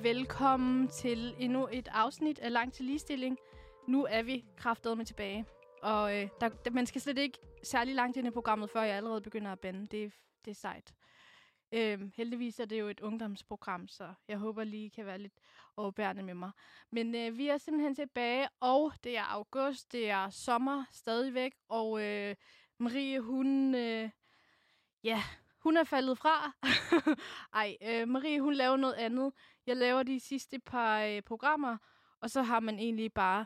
velkommen til endnu et afsnit af Langt til Ligestilling. Nu er vi kraftedeme tilbage, og man skal slet ikke særlig langt ind i programmet, før jeg allerede begynder at bande. Det er sejt. Heldigvis er det jo et ungdomsprogram, så jeg håber lige I kan være lidt overbærende med mig. Men vi er simpelthen tilbage, og det er august, det er sommer stadigvæk, og Marie, hun er faldet fra. Marie, hun laver noget andet. Jeg laver de sidste par programmer, og så har man egentlig bare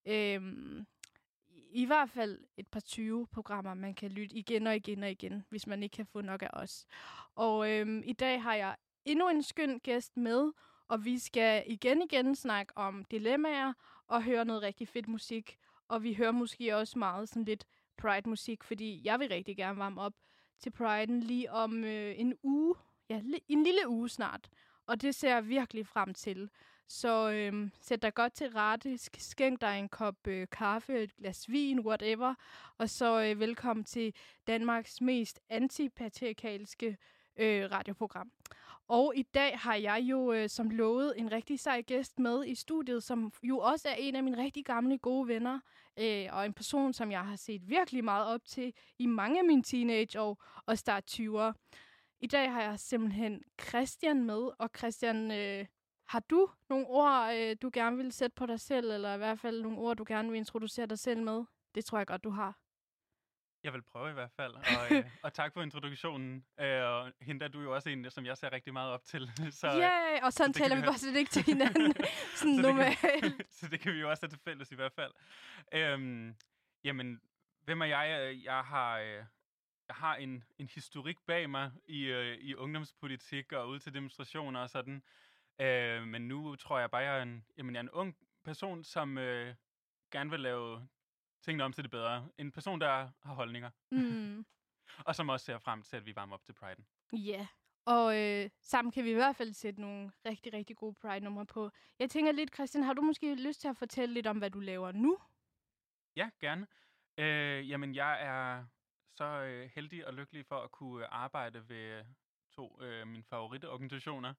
i hvert fald et par 20 programmer, man kan lytte igen og igen og igen, hvis man ikke kan få nok af os. Og i dag har jeg endnu en skøn gæst med, og vi skal igen snakke om dilemmaer og høre noget rigtig fedt musik. Og vi hører måske også meget sådan lidt Pride-musik, fordi jeg vil rigtig gerne varme op til Pride'en lige om en uge. Ja, en lille uge snart. Og det ser jeg virkelig frem til. Så sæt dig godt til rette, skænk dig en kop kaffe, et glas vin, whatever. Og så velkommen til Danmarks mest antipatriarkalske radioprogram. Og i dag har jeg jo som lovet en rigtig sej gæst med i studiet, som jo også er en af mine rigtig gamle gode venner. Og en person, som jeg har set virkelig meget op til i mange af mine teenageår og start 20'ere. I dag har jeg simpelthen Christian med, og Christian, har du nogle ord, du gerne vil sætte på dig selv, eller i hvert fald nogle ord, du gerne vil introducere dig selv med? Det tror jeg godt, du har. Jeg vil prøve i hvert fald, og tak for introduktionen. Og hende er du jo også en, som jeg ser rigtig meget op til. Og sådan taler vi bare slet ikke til hinanden. Sådan normalt. Så det kan vi jo også have til fælles i hvert fald. Jamen, hvem er jeg? Jeg har en historik bag mig i ungdomspolitik og ud til demonstrationer og sådan. Men nu tror jeg bare, jeg er en ung person, som gerne vil lave tingene om til det bedre. En person, der har holdninger. Mm. Og som også ser frem til, at vi varmer op til Pride'en. Ja, og sammen kan vi i hvert fald sætte nogle rigtig, rigtig gode Pride-numre på. Jeg tænker lidt, Christian, har du måske lyst til at fortælle lidt om, hvad du laver nu? Ja, gerne. Jamen, jeg er så heldig og lykkelig for at kunne arbejde ved to mine favoritorganisationer.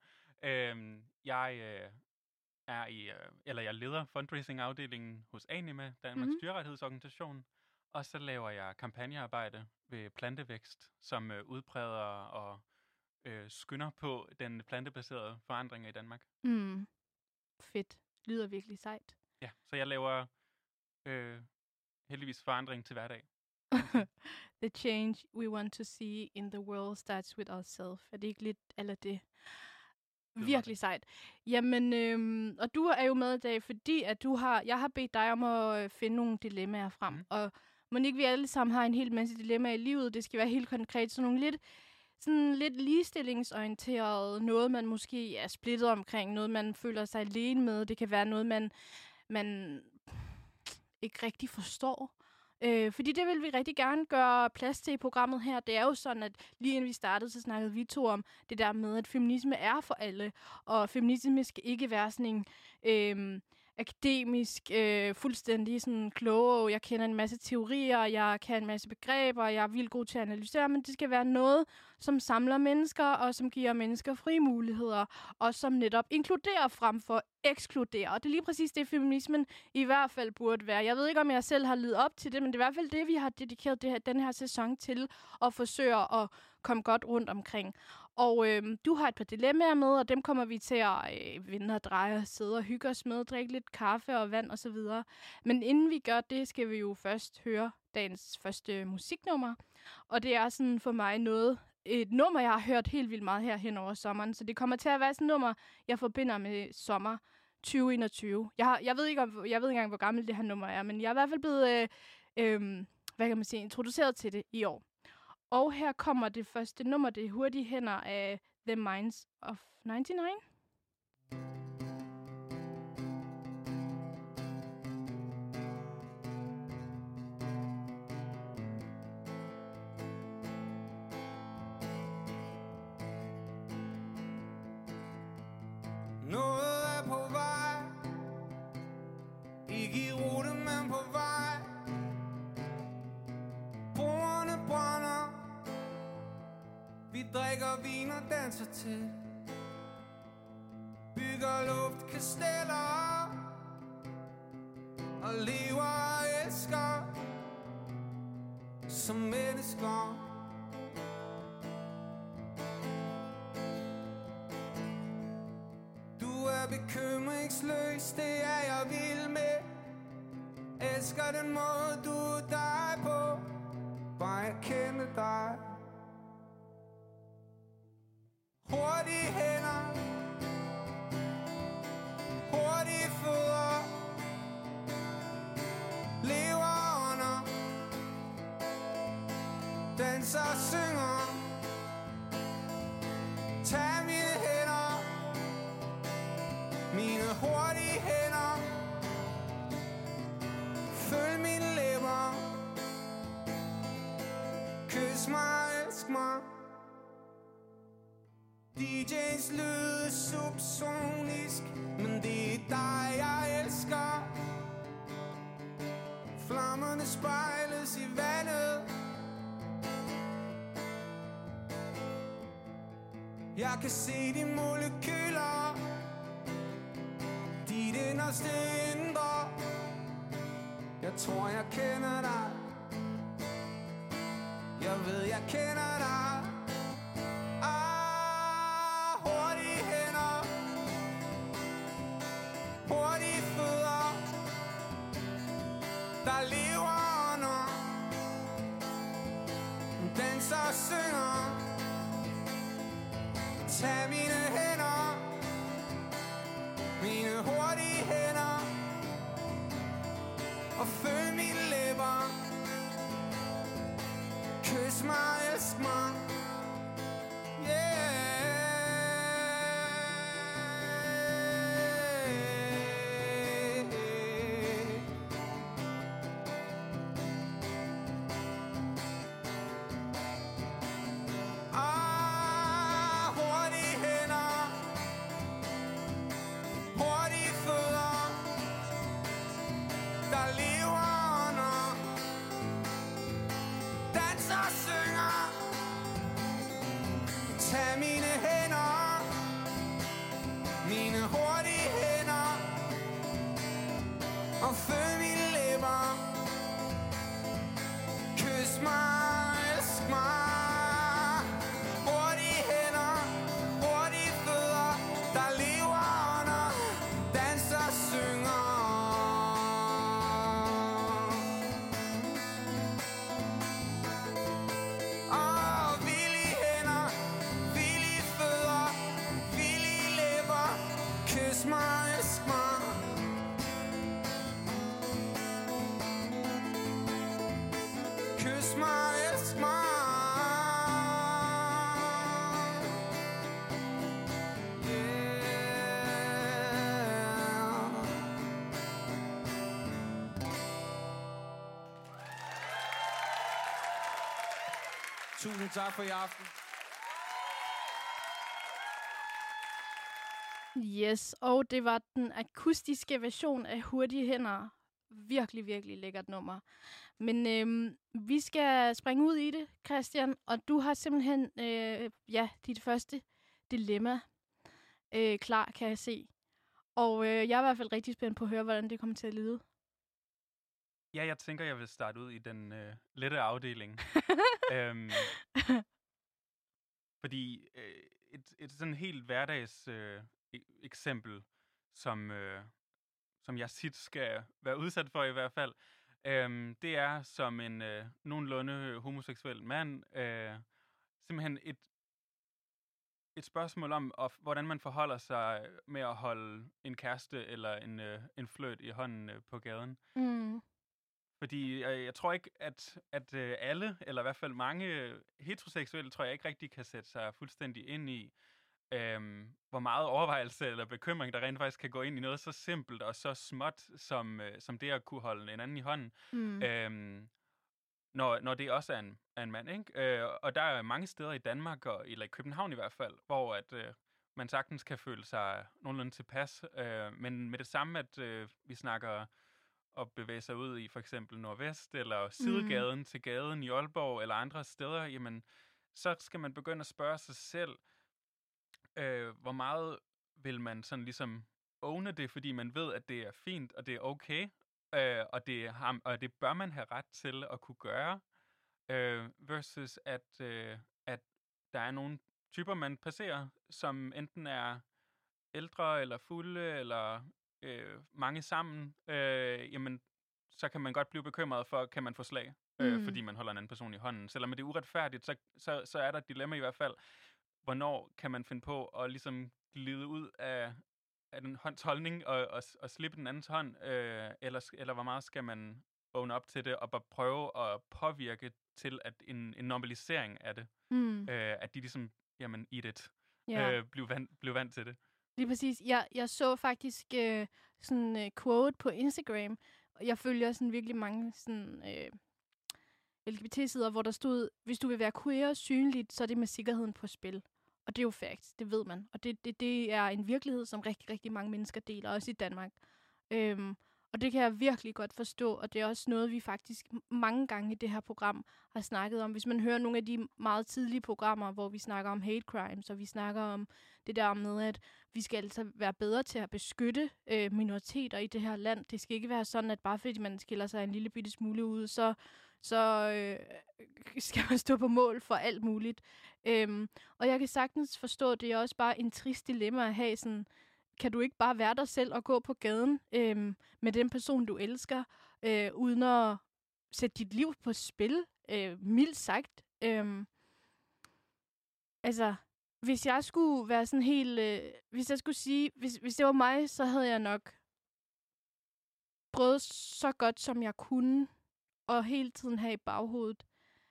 Jeg leder fundraising-afdelingen hos Anima, Danmarks dyrerettighedsorganisation, og så laver jeg kampagnearbejde ved Plantevækst, som udbreder og skynder på den plantebaserede forandring i Danmark. Fedt. Lyder virkelig sejt. Ja, så jeg laver heldigvis forandring til hverdag. The change we want to see in the world starts with ourselves. Er det ikke lidt eller det? Virkelig sejt. Jamen, og du er jo med i dag, fordi at jeg har bedt dig om at finde nogle dilemmaer frem. Og Monique, vi alle sammen har en hel masse dilemmaer i livet. Det skal være helt konkret. Så nogle lidt ligestillingsorienteret, noget man måske er splittet omkring, noget man føler sig alene med. Det kan være noget, man ikke rigtig forstår. Fordi det vil vi rigtig gerne gøre plads til i programmet her. Det er jo sådan, at lige inden vi startede, så snakkede vi to om det der med, at feminisme er for alle. Og feminisme skal ikke være sådan en akademisk, fuldstændig sådan kloge. Jeg kender en masse teorier, jeg kan en masse begreber, jeg er vildt god til at analysere, men det skal være noget, som samler mennesker, og som giver mennesker frie muligheder, og som netop inkluderer frem for ekskluderer. Og det er lige præcis det, feminismen i hvert fald burde være. Jeg ved ikke, om jeg selv har ledet op til det, men det er i hvert fald det, vi har dedikeret den her sæson til at forsøge at komme godt rundt omkring. Og du har et par dilemmaer med, og dem kommer vi til at vende og dreje og sidde og hygge os med, drikke lidt kaffe og vand osv. Men inden vi gør det, skal vi jo først høre dagens første musiknummer. Og det er sådan for mig et nummer, jeg har hørt helt vildt meget her hen over sommeren. Så det kommer til at være sådan et nummer, jeg forbinder med sommer 2021. Jeg ved ikke engang, hvor gammelt det her nummer er, men jeg er i hvert fald blevet introduceret til det i år. Og her kommer det første nummer, det er Hurtige Hænder af The Minds of 99. Noget er på vej, ikke i rute, men på vej. Bordene brænder, vi drikker vin og danser til. Bygger låg kasteller og lever og elsker som mennesker. Du er bekymringsløs, det er jeg vild med. Elsker den måde du er dig på, bare jeg kender dig. Hurtige hænder, hurtige fødder, lever under, danser og synger. Tag mine hænder, mine hurtige hænder, følg mine læber, kys mig, elsk mig. DJ's lyd subsonisk, men det er dig, jeg elsker. Flammerne spejles i vandet. Jeg kan se de molekyler, dit inderste indre. Jeg tror, jeg kender dig. Jeg ved, jeg kender dig. Hurtige hænder, hurtige fødder, der lever under, danser og synger. Tag mine hænder, mine hurtige hænder, og følg mine læber. Kys mig, elsk mig. Yeah. Hurtige hænder, hurtige fødder, der lever under, danser og synger. Tag mine hænder, mine hurtige hænder, og følg mine læber. Kys mig, elsk mig. Hurtige hænder, hurtige fødder, der lever under, danser og synger. Villige hænder, villige fødder, villige læber. Kys mig, elsk mig. Kys mig, elsk mig. Yeah. Tusind tak for i aften. Yes, og det var den akustiske version af Hurtige Hænder. Virkelig, virkelig lækkert nummer. Men vi skal springe ud i det, Christian, og du har simpelthen dit første dilemma klar, kan jeg se. Og jeg er i hvert fald rigtig spændt på at høre, hvordan det kommer til at lyde. Ja, jeg tænker, jeg vil starte ud i den lette afdeling. Fordi et sådan helt hverdags eksempel, som jeg tit skal være udsat for i hvert fald, det er som en nogenlunde homoseksuel mand, simpelthen et spørgsmål om, hvordan man forholder sig med at holde en kæreste eller en flirt i hånden på gaden. Mm. Fordi jeg tror ikke, at alle, eller i hvert fald mange heteroseksuelle, tror jeg ikke rigtig kan sætte sig fuldstændig ind i, hvor meget overvejelse eller bekymring, der rent faktisk kan gå ind i noget så simpelt og så småt, som det at kunne holde en anden i hånden, når det også er en mand, ikke? Og der er mange steder i Danmark, eller i København i hvert fald, hvor at man sagtens kan føle sig nogenlunde tilpas, men med det samme, at vi snakker at bevæge sig ud i for eksempel Nordvest, eller sidegaden til gaden i Aalborg, eller andre steder, jamen, så skal man begynde at spørge sig selv, hvor meget vil man sådan ligesom owne det, fordi man ved, at det er fint, og det er okay, og det bør man have ret til at kunne gøre, versus at der er nogle typer, man passerer, som enten er ældre eller fulde, eller mange sammen, jamen, så kan man godt blive bekymret for, kan man få slag, fordi man holder en anden person i hånden. Selvom det er uretfærdigt, så er der et dilemma i hvert fald. Hvornår kan man finde på at ligesom glide ud af den hånds holdning og slippe den andens hånd, eller hvor meget skal man own up til det, og bare prøve at påvirke til at en normalisering af det. At de ligesom, jamen, eat it. Blev vant til det. Lige præcis. Jeg så faktisk sådan en quote på Instagram, og jeg følger sådan virkelig mange sådan LGBT-sider, hvor der stod, hvis du vil være queer synligt, så er det med sikkerheden på spil. Og det er jo facts, det ved man. Og det er en virkelighed, som rigtig, rigtig mange mennesker deler, også i Danmark. Og det kan jeg virkelig godt forstå, og det er også noget, vi faktisk mange gange i det her program har snakket om. Hvis man hører nogle af de meget tidlige programmer, hvor vi snakker om hate crimes, og vi snakker om det der med, at vi skal altså være bedre til at beskytte minoriteter i det her land. Det skal ikke være sådan, at bare fordi man skiller sig en lille bitte smule ud, så skal man stå på mål for alt muligt. Og jeg kan sagtens forstå, at det er også bare en trist dilemma at have sådan, kan du ikke bare være dig selv og gå på gaden med den person, du elsker, uden at sætte dit liv på spil, mildt sagt. Altså, hvis jeg skulle være sådan helt... hvis jeg skulle sige, hvis det var mig, så havde jeg nok prøvet så godt, som jeg kunne, og hele tiden have i baghovedet.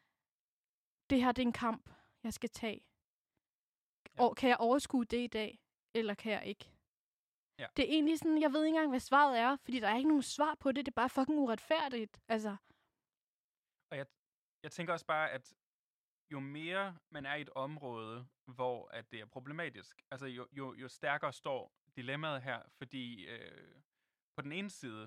Det her, det er en kamp, jeg skal tage. Ja. Og kan jeg overskue det i dag, eller kan jeg ikke? Ja. Det er egentlig sådan, jeg ved ikke engang, hvad svaret er, fordi der er ikke nogen svar på det. Det er bare fucking uretfærdigt, altså. Og jeg tænker også bare, at jo mere man er i et område, hvor at det er problematisk, altså jo stærkere står dilemmaet her, fordi på den ene side,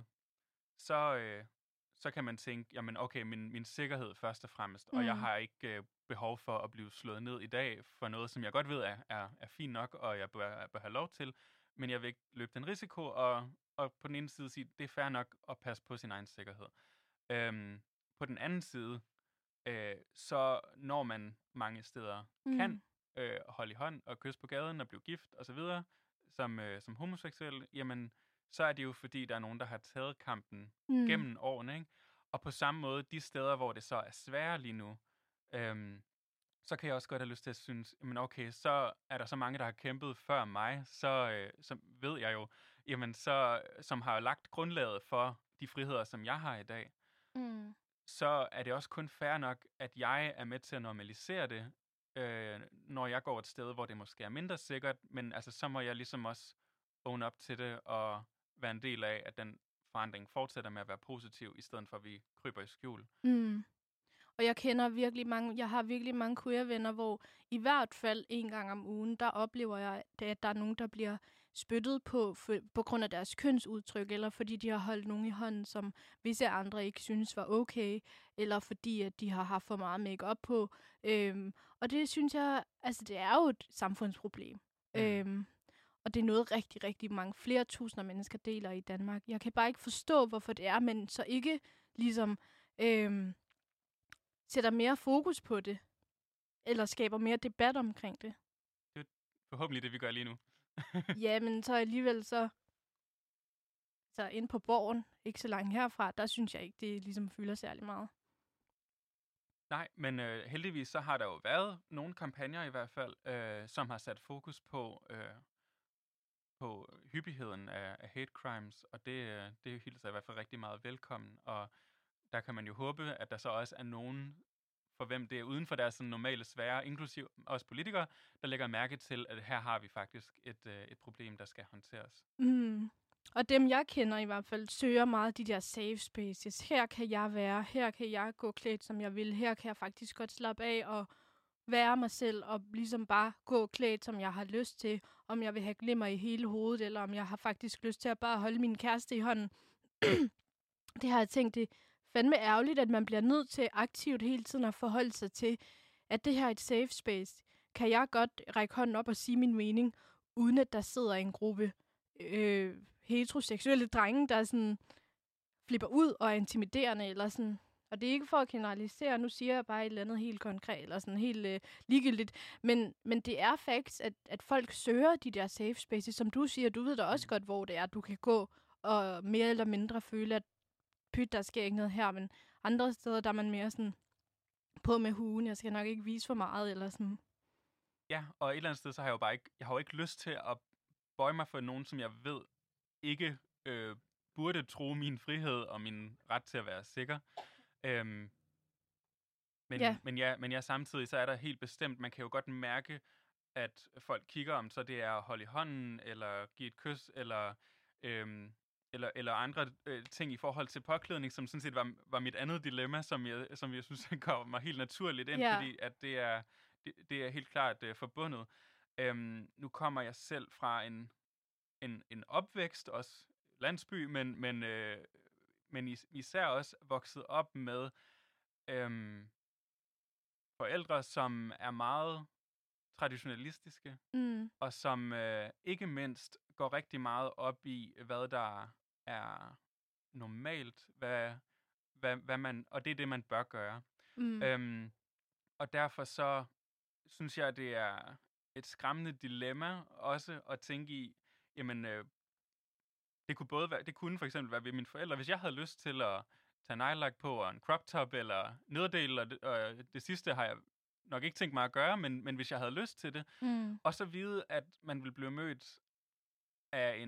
så kan man tænke, jamen okay, min sikkerhed først og fremmest, og jeg har ikke behov for at blive slået ned i dag for noget, som jeg godt ved er fint nok, og jeg bør have lov til, men jeg vil ikke løbe den risiko, og på den ene side sige, det er fair nok at passe på sin egen sikkerhed. På den anden side, så når man mange steder kan holde i hånd og kysse på gaden og blive gift osv., som homoseksuel, jamen, så er det jo fordi, der er nogen, der har taget kampen gennem årene, ikke? Og på samme måde, de steder, hvor det så er sværere lige nu, så kan jeg også godt have lyst til at synes, men okay, så er der så mange, der har kæmpet før mig, så ved jeg jo, jamen som har lagt grundlaget for de friheder, som jeg har i dag, så er det også kun fair nok, at jeg er med til at normalisere det, når jeg går et sted, hvor det måske er mindre sikkert, men altså, så må jeg ligesom også own up til det, og være en del af, at den forandring fortsætter med at være positiv, i stedet for at vi kryber i skjul. Og jeg har virkelig mange queer-venner, hvor i hvert fald en gang om ugen, der oplever jeg, at der er nogen, der bliver spyttet på grund af deres kønsudtryk, eller fordi de har holdt nogen i hånden, som visse andre ikke synes var okay, eller fordi at de har haft for meget make-up på. Og det synes jeg, altså det er jo et samfundsproblem. Og det er noget rigtig, rigtig mange, flere tusinder mennesker deler i Danmark. Jeg kan bare ikke forstå, hvorfor det er, men så ikke ligesom sætter mere fokus på det, eller skaber mere debat omkring det. Det er forhåbentlig det, vi gør lige nu. Ja, men så alligevel så inde på Borgen, ikke så langt herfra, der synes jeg ikke, det ligesom fylder særlig meget. Nej, men heldigvis så har der jo været nogle kampagner i hvert fald, som har sat fokus på hyppigheden af hate crimes, og det hilser i hvert fald rigtig meget velkommen, og der kan man jo håbe, at der så også er nogen, for hvem det er uden for deres sådan, normale sfære, inklusiv os politikere, der lægger mærke til, at her har vi faktisk et problem, der skal håndteres. Og dem, jeg kender i hvert fald, søger meget de der safe spaces. Her kan jeg være, her kan jeg gå klædt, som jeg vil, her kan jeg faktisk godt slappe af og være mig selv, og ligesom bare gå klædt, som jeg har lyst til, om jeg vil have glimmer i hele hovedet, eller om jeg har faktisk lyst til at bare holde min kæreste i hånden. Det har jeg tænkt, det fandme ærgerligt, at man bliver nødt til aktivt hele tiden at forholde sig til, at det her er et safe space. Kan jeg godt række hånden op og sige min mening, uden at der sidder en gruppe heteroseksuelle drenge, der sådan flipper ud og er intimiderende, eller sådan. Og det er ikke for at generalisere, nu siger jeg bare et eller andet helt konkret, eller sådan helt ligegyldigt, men det er facts, at folk søger de der safe spaces, som du siger, du ved da også godt, hvor det er, du kan gå og mere eller mindre føle, at der sker ikke noget her, men andre steder, der er man mere sådan på med huen, jeg skal nok ikke vise for meget, eller sådan. Ja, og et eller andet sted, så har jeg har jo ikke lyst til at bøje mig for nogen, som jeg ved ikke burde tro min frihed og min ret til at være sikker. Men samtidig så er der helt bestemt, man kan jo godt mærke, at folk kigger om, så det er at holde i hånden, eller give et kys, eller andre ting i forhold til påklædning, som sådan set var mit andet dilemma, som jeg synes kom mig helt naturligt ind, fordi at det er helt klart forbundet. Nu kommer jeg selv fra en opvækst, også landsby, men især også vokset op med forældre, som er meget traditionalistiske, og som ikke mindst går rigtig meget op i, hvad der er normalt, hvad man, og det er det, man bør gøre. Og derfor så synes jeg, det er et skræmmende dilemma også at tænke i, jamen, det kunne for eksempel være ved mine forældre, hvis jeg havde lyst til at tage nejlak på, og en crop top, eller nederdel, og det sidste har jeg nok ikke tænkt mig at gøre, men hvis jeg havde lyst til det, og så vide, at man vil blive mødt af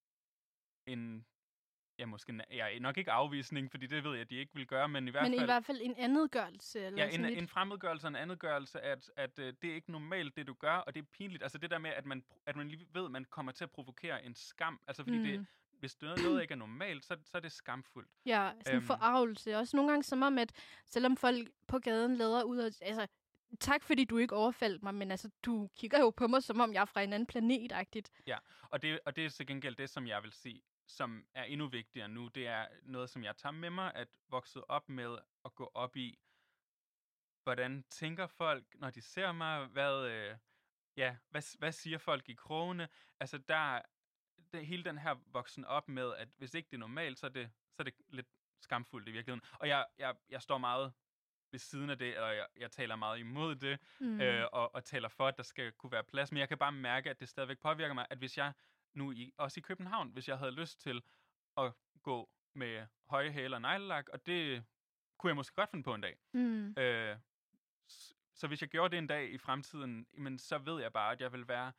nok ikke afvisning, fordi det ved jeg, at de ikke vil gøre, men i hvert fald en andetgørelse. Eller en fremmedgørelse og en andetgørelse, at det er ikke normalt, det du gør, og det er pinligt. Altså det der med, at man lige ved, at man kommer til at provokere en skam, altså fordi hvis noget ikke er normalt, så er det skamfuldt. Ja, sådan en forarvelse. Også nogle gange som om, at selvom folk på gaden lader ud, altså tak fordi du ikke overfaldt mig, men altså du kigger jo på mig, som om jeg er fra en anden planet-agtigt. Ja, og det er til gengæld det, som jeg vil sige, som er endnu vigtigere nu, det er noget, som jeg tager med mig, at vokse op med at gå op i, hvordan tænker folk, når de ser mig, hvad siger folk i krogene? Altså hele den her voksen op med, at hvis ikke det er normalt, så er det lidt skamfuldt i virkeligheden. Og jeg står meget ved siden af det, og jeg taler meget imod det, og taler for, at der skal kunne være plads, men jeg kan bare mærke, at det stadigvæk påvirker mig, at hvis jeg nu også i København, hvis jeg havde lyst til at gå med høje hæle og neglelak, og det kunne jeg måske godt finde på en dag. Så hvis jeg gjorde det en dag i fremtiden, jamen, så ved jeg bare, at jeg vil være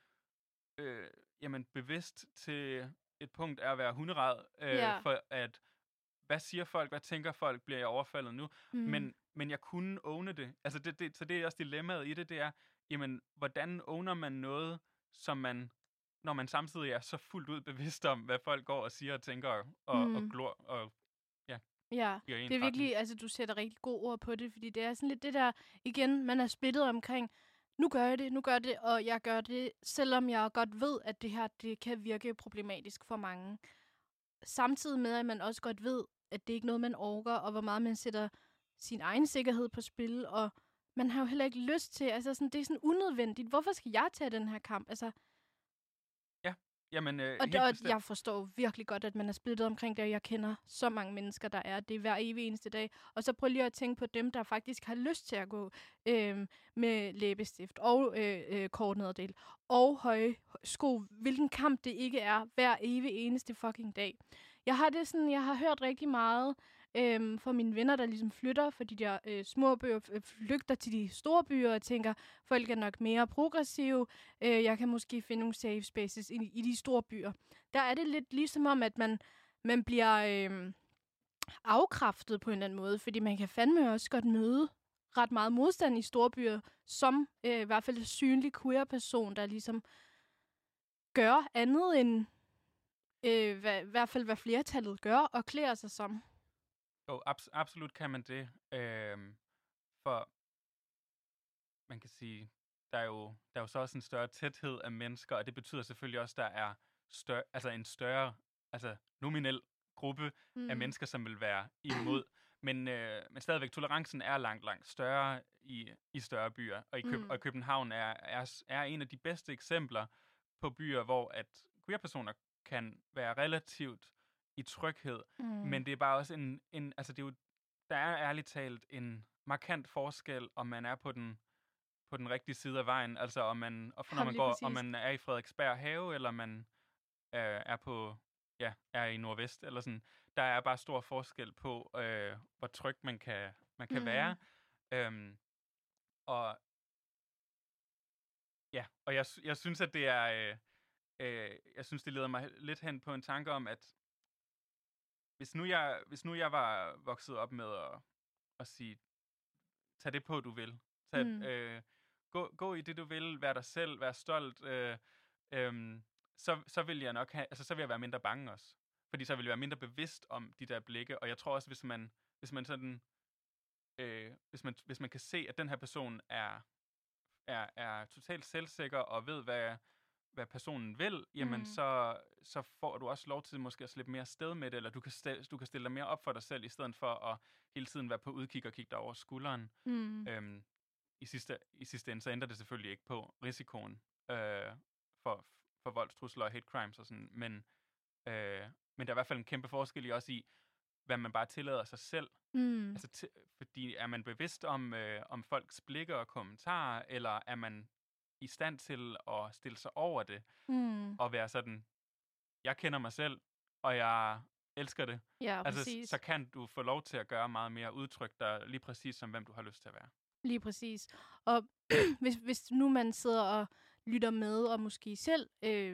bevidst til et punkt af at være hunderad, for at, hvad siger folk, hvad tænker folk, bliver jeg overfaldet nu? Men jeg kunne owne det. Altså så det er også dilemmaet i det, det er, jamen, hvordan owner man noget, som man, når man samtidig er så fuldt ud bevidst om, hvad folk går og siger og tænker og glor og ja, det er virkelig, altså du sætter rigtig gode ord på det, fordi det er sådan lidt det der, igen, man er splittet omkring, nu gør jeg det, og jeg gør det, selvom jeg godt ved, at det her, det kan virke problematisk for mange. Samtidig med, at man også godt ved, at det ikke er noget, man orker, og hvor meget man sætter sin egen sikkerhed på spil, og man har jo heller ikke lyst til, altså sådan, det er sådan unødvendigt. Hvorfor skal jeg tage den her kamp? Altså, jamen, og jeg forstår virkelig godt, at man er splittet omkring det, og jeg kender så mange mennesker, der er det hver evig eneste dag. Og så prøv lige at tænke på dem, der faktisk har lyst til at gå med læbestift og kortnederdel og høje sko. Hvilken kamp det ikke er hver evig eneste fucking dag. Jeg har hørt rigtig meget for mine venner, der ligesom flytter for de der små byer, flygter til de store byer og tænker, folk er nok mere progressive, jeg kan måske finde nogle safe spaces i de store byer. Der er det lidt ligesom om, at man bliver afkræftet på en eller anden måde, fordi man kan fandme også godt møde ret meget modstand i store byer, som i hvert fald en synlig queer-person, der ligesom gør andet end i hvert fald hvad flertallet gør og klæder sig som. Jo, absolut kan man det. For man kan sige, der er jo så også en større tæthed af mennesker, og det betyder selvfølgelig også, at der er en større nominel gruppe af mennesker, som vil være imod. Men stadigvæk, tolerancen er langt større i større byer. Og København er en af de bedste eksempler på byer, hvor at queer-personer kan være relativt i tryghed. Men det er bare også altså det er jo, der er ærligt talt en markant forskel, om man er på den rigtige side af vejen. Altså om man er i Frederiksberg Have, eller man er i Nordvest, eller sådan. Der er bare stor forskel på, hvor tryg man kan være. Og jeg synes, at det er... jeg synes, det leder mig lidt hen på en tanke om, at hvis nu jeg var vokset op med at sige, tag det på, du vil. Gå i det, du vil. Vær dig selv. Vær stolt. Så vil jeg nok så vil jeg være mindre bange også. Fordi så vil jeg være mindre bevidst om de der blikke. Og jeg tror også, hvis man sådan... hvis man kan se, at den her person er totalt selvsikker og ved, hvad personen vil, jamen så får du også lov til måske at slippe mere sted med det, eller du kan stille dig mere op for dig selv, i stedet for at hele tiden være på udkig og kigge dig over skulderen. I sidste ende, så ændrer det selvfølgelig ikke på risikoen for voldstrusler og hate crimes og sådan, men der er i hvert fald en kæmpe forskel i hvad man bare tillader sig selv. Altså fordi er man bevidst om folks blikke og kommentarer, eller er man i stand til at stille sig over det, og være sådan, jeg kender mig selv, og jeg elsker det. Ja, altså, så kan du få lov til at gøre meget mere, udtryk dig lige præcis som, hvem du har lyst til at være. Lige præcis. Og hvis nu man sidder og lytter med, og måske selv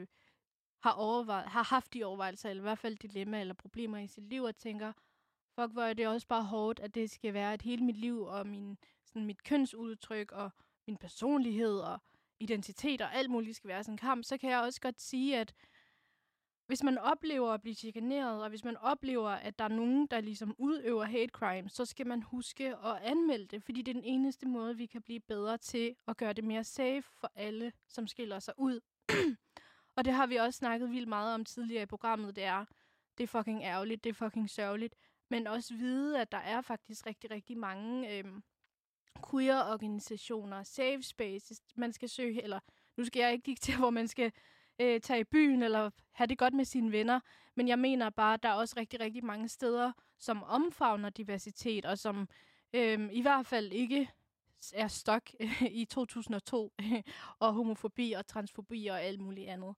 har haft de overvejelser, eller i hvert fald dilemma eller problemer i sit liv, og tænker, fuck, hvor er det også bare hårdt, at det skal være, at hele mit liv, og mit kønsudtryk, og min personlighed, og identitet, og alt muligt skal være sådan en kamp, så kan jeg også godt sige, at hvis man oplever at blive chikaneret, og hvis man oplever, at der er nogen, der ligesom udøver hate crime, så skal man huske at anmelde det, fordi det er den eneste måde, vi kan blive bedre til at gøre det mere safe for alle, som skiller sig ud. Og det har vi også snakket vildt meget om tidligere i programmet. Det er fucking ærgerligt, det er fucking sørgeligt, men også vide, at der er faktisk rigtig, rigtig mange queer-organisationer, safe spaces, man skal søge, eller nu skal jeg ikke diktere, hvor man skal tage i byen, eller have det godt med sine venner, men jeg mener bare, at der er også rigtig, rigtig mange steder, som omfavner diversitet, og som i hvert fald ikke er stok i 2002, og homofobi og transfobi og alt muligt andet.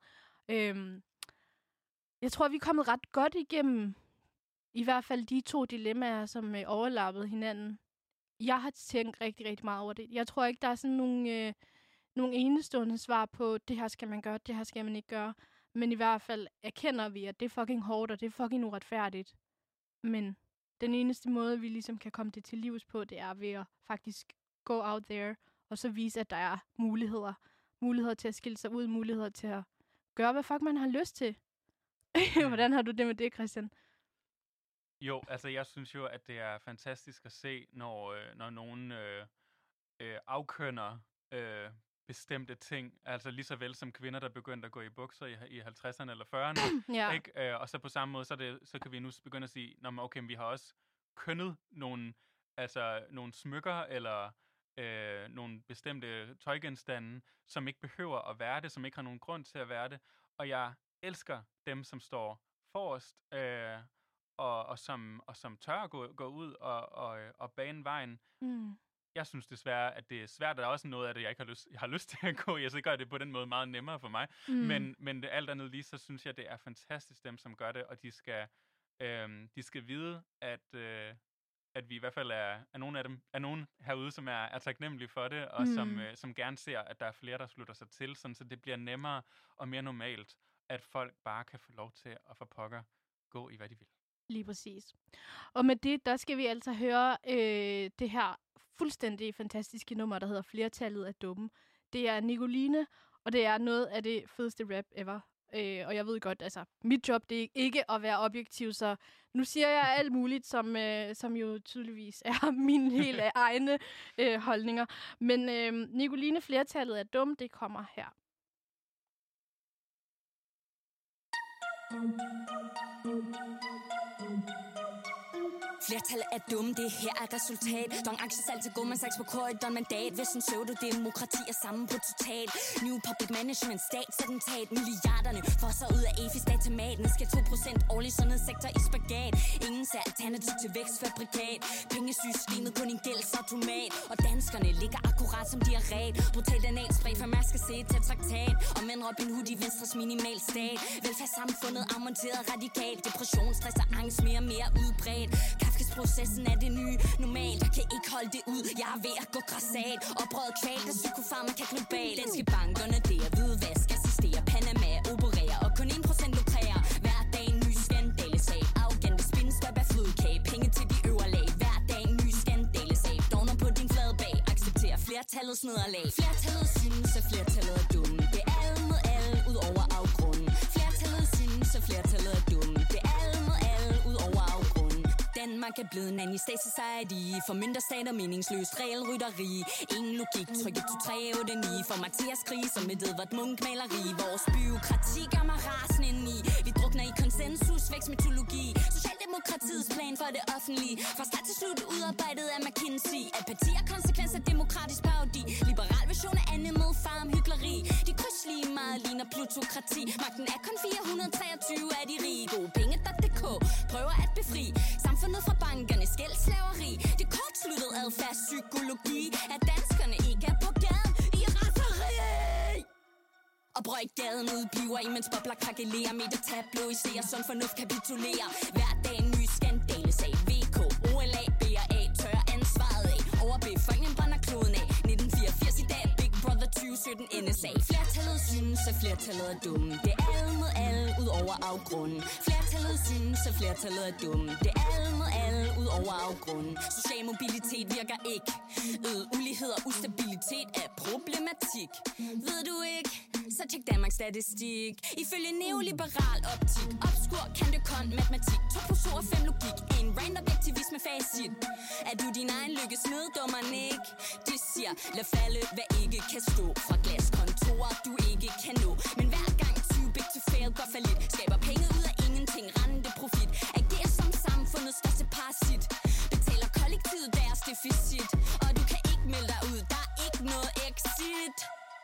Jeg tror, vi er kommet ret godt igennem, i hvert fald de 2 dilemmaer, som overlappede hinanden. Jeg har tænkt rigtig, rigtig meget over det. Jeg tror ikke, der er sådan nogle enestående svar på, det her skal man gøre, det her skal man ikke gøre. Men i hvert fald erkender vi, at det er fucking hårdt, og det er fucking uretfærdigt. Men den eneste måde, vi ligesom kan komme det til livs på, det er ved at faktisk go out there, og så vise, at der er muligheder. Muligheder til at skille sig ud, muligheder til at gøre, hvad fuck man har lyst til. Hvordan har du det med det, Christian? Jo, altså jeg synes jo, at det er fantastisk at se, når nogen afkønner bestemte ting, altså lige så vel som kvinder, der begyndte at gå i bukser i 50'erne eller 40'erne, ja. Ikke? Og så på samme måde, så kan vi nu begynde at sige, okay, vi har også kønnet nogle smykker, eller nogle bestemte tøjgenstande, som ikke behøver at være det, som ikke har nogen grund til at være det, og jeg elsker dem, som står forrest, og som tør at gå ud og bane vejen. Jeg synes desværre, at det er svært, der er også noget af det, jeg ikke har lyst til at gå i, så gør det på den måde meget nemmere for mig. Men det alt andet lige, så synes jeg, det er fantastisk dem, som gør det, og de skal vide, at vi i hvert fald er nogle af dem, er nogen herude, som er taknemmelige for det, og som gerne ser, at der er flere, der slutter sig til, sådan, så det bliver nemmere og mere normalt, at folk bare kan få lov til at få pokker gå i, hvad de vil. Lige præcis. Og med det, der skal vi altså høre det her fuldstændig fantastiske nummer, der hedder Flertallet af dumme. Det er Nicoline, og det er noget af det fedeste rap ever. Og jeg ved godt, altså, mit job, det er ikke at være objektiv, så nu siger jeg alt muligt, som jo tydeligvis er mine helt egne holdninger. Men Nicoline, Flertallet af dumme, det kommer her. Flertallet er dumme, det her er resultat. Dong aktiesalg til Goldman Sachs på korridon mandat. Hvis en pseudo-demokrati er sammenbrudt totalt. New public management, statsattentat. Milliarderne fosser ud af EFI's datamaten. Skal 2% årlig sundhedssektor i spagat. Ingen ser alternativ til vækstfabrikat. Pengesystemet kun en gældsautomat. Og danskerne ligger akkurat som diarrét. Brutalt analspray for man skal se til traktat. Og men Robin Hood i Venstres minimal stat. Velfærdssamfundet amonteret radikalt. Depression, stress og angst mere og mere udbredt. Kafkas processen er det nye normalt. Jeg kan ikke holde det ud, jeg er ved at gå grassat. Oprøret kvalt af psykofarmaka globalt. Danske bankerne, det er hvidvask, assisterer Panama, opererer og kun 1% lukrerer. Hver dag en ny skandalesag. Arrogante spinstop af flydkage. Penge til de øvre lag. Hver dag en ny skandalesag. Dogner på din flade bag. Accepterer flertallets nederlag. Flertallet synes, at flertallet er dumme. Det er alle mod alle, ud over afgrunden. Flertallet synes, at flertallet er dumme. Det er alle mod alle, ud over afgrunden. Danmark er blevet nanny state society. Formynderstat og meningsløst regelrytteri. Ingen logik, trykket 2, 3, 8, 9. For Mathias krig som et Edvard Munch-maleri. Vores byråkrati gør mig rasende indeni. Vi drukner i konsensus, vækstmetodologi. Socialdemokratiets plan for det offentlige. Fra start til slut udarbejdet af McKinsey. Apati og konsekvens af demokratisk parodi. Liberal version af Animal Farm hykleri. De krydslige meget ligner plutokrati. Magten er kun 423 af de rige. Gode penge.dk prøver at befri samfundet fra bankernes gældslaveri. Det kortsluttede adfærdspsykologi. At danskerne ikke er på gaden i raseri. Og brøjtgaden udbliver, imens bobler krakelerer. Medier tabloiserer, sund fornuft kapitulerer. Hver dag en ny skandalesag. VK, OLA, BRA tørrer ansvaret af. Overbefolkningen brænder kloden af. 1984 i dag, Big Brother 2017 NSA. Flertallet synes, at flertallet er dumme. Det er alle mod alle, ud over afgrunden. Flertallet synes, at flertallet er dumme. Det er alle mod alle, ud over afgrunden. Social mobilitet virker ikke. Øget ulighed og ustabilitet er problematik. Ved du ikke? Så tjek Danmarks statistik. Ifølge neoliberal optik. Obskur, kantokon, matematik. 2 plus 2 og 5 logik. En random objektivisme facit. Er du din egen lykkes med, dummer ikke? Det siger, lad falde, hvad ikke kan stå. Fra glaskontorer, du ikke kan nå. Men hver gang too big to fail går fallit. Skaber penge ud af ingenting, rente profit. Agerer som samfundets største parasit. Betaler kollektivet deres deficit. Og du kan ikke melde dig ud, der er ikke noget exit.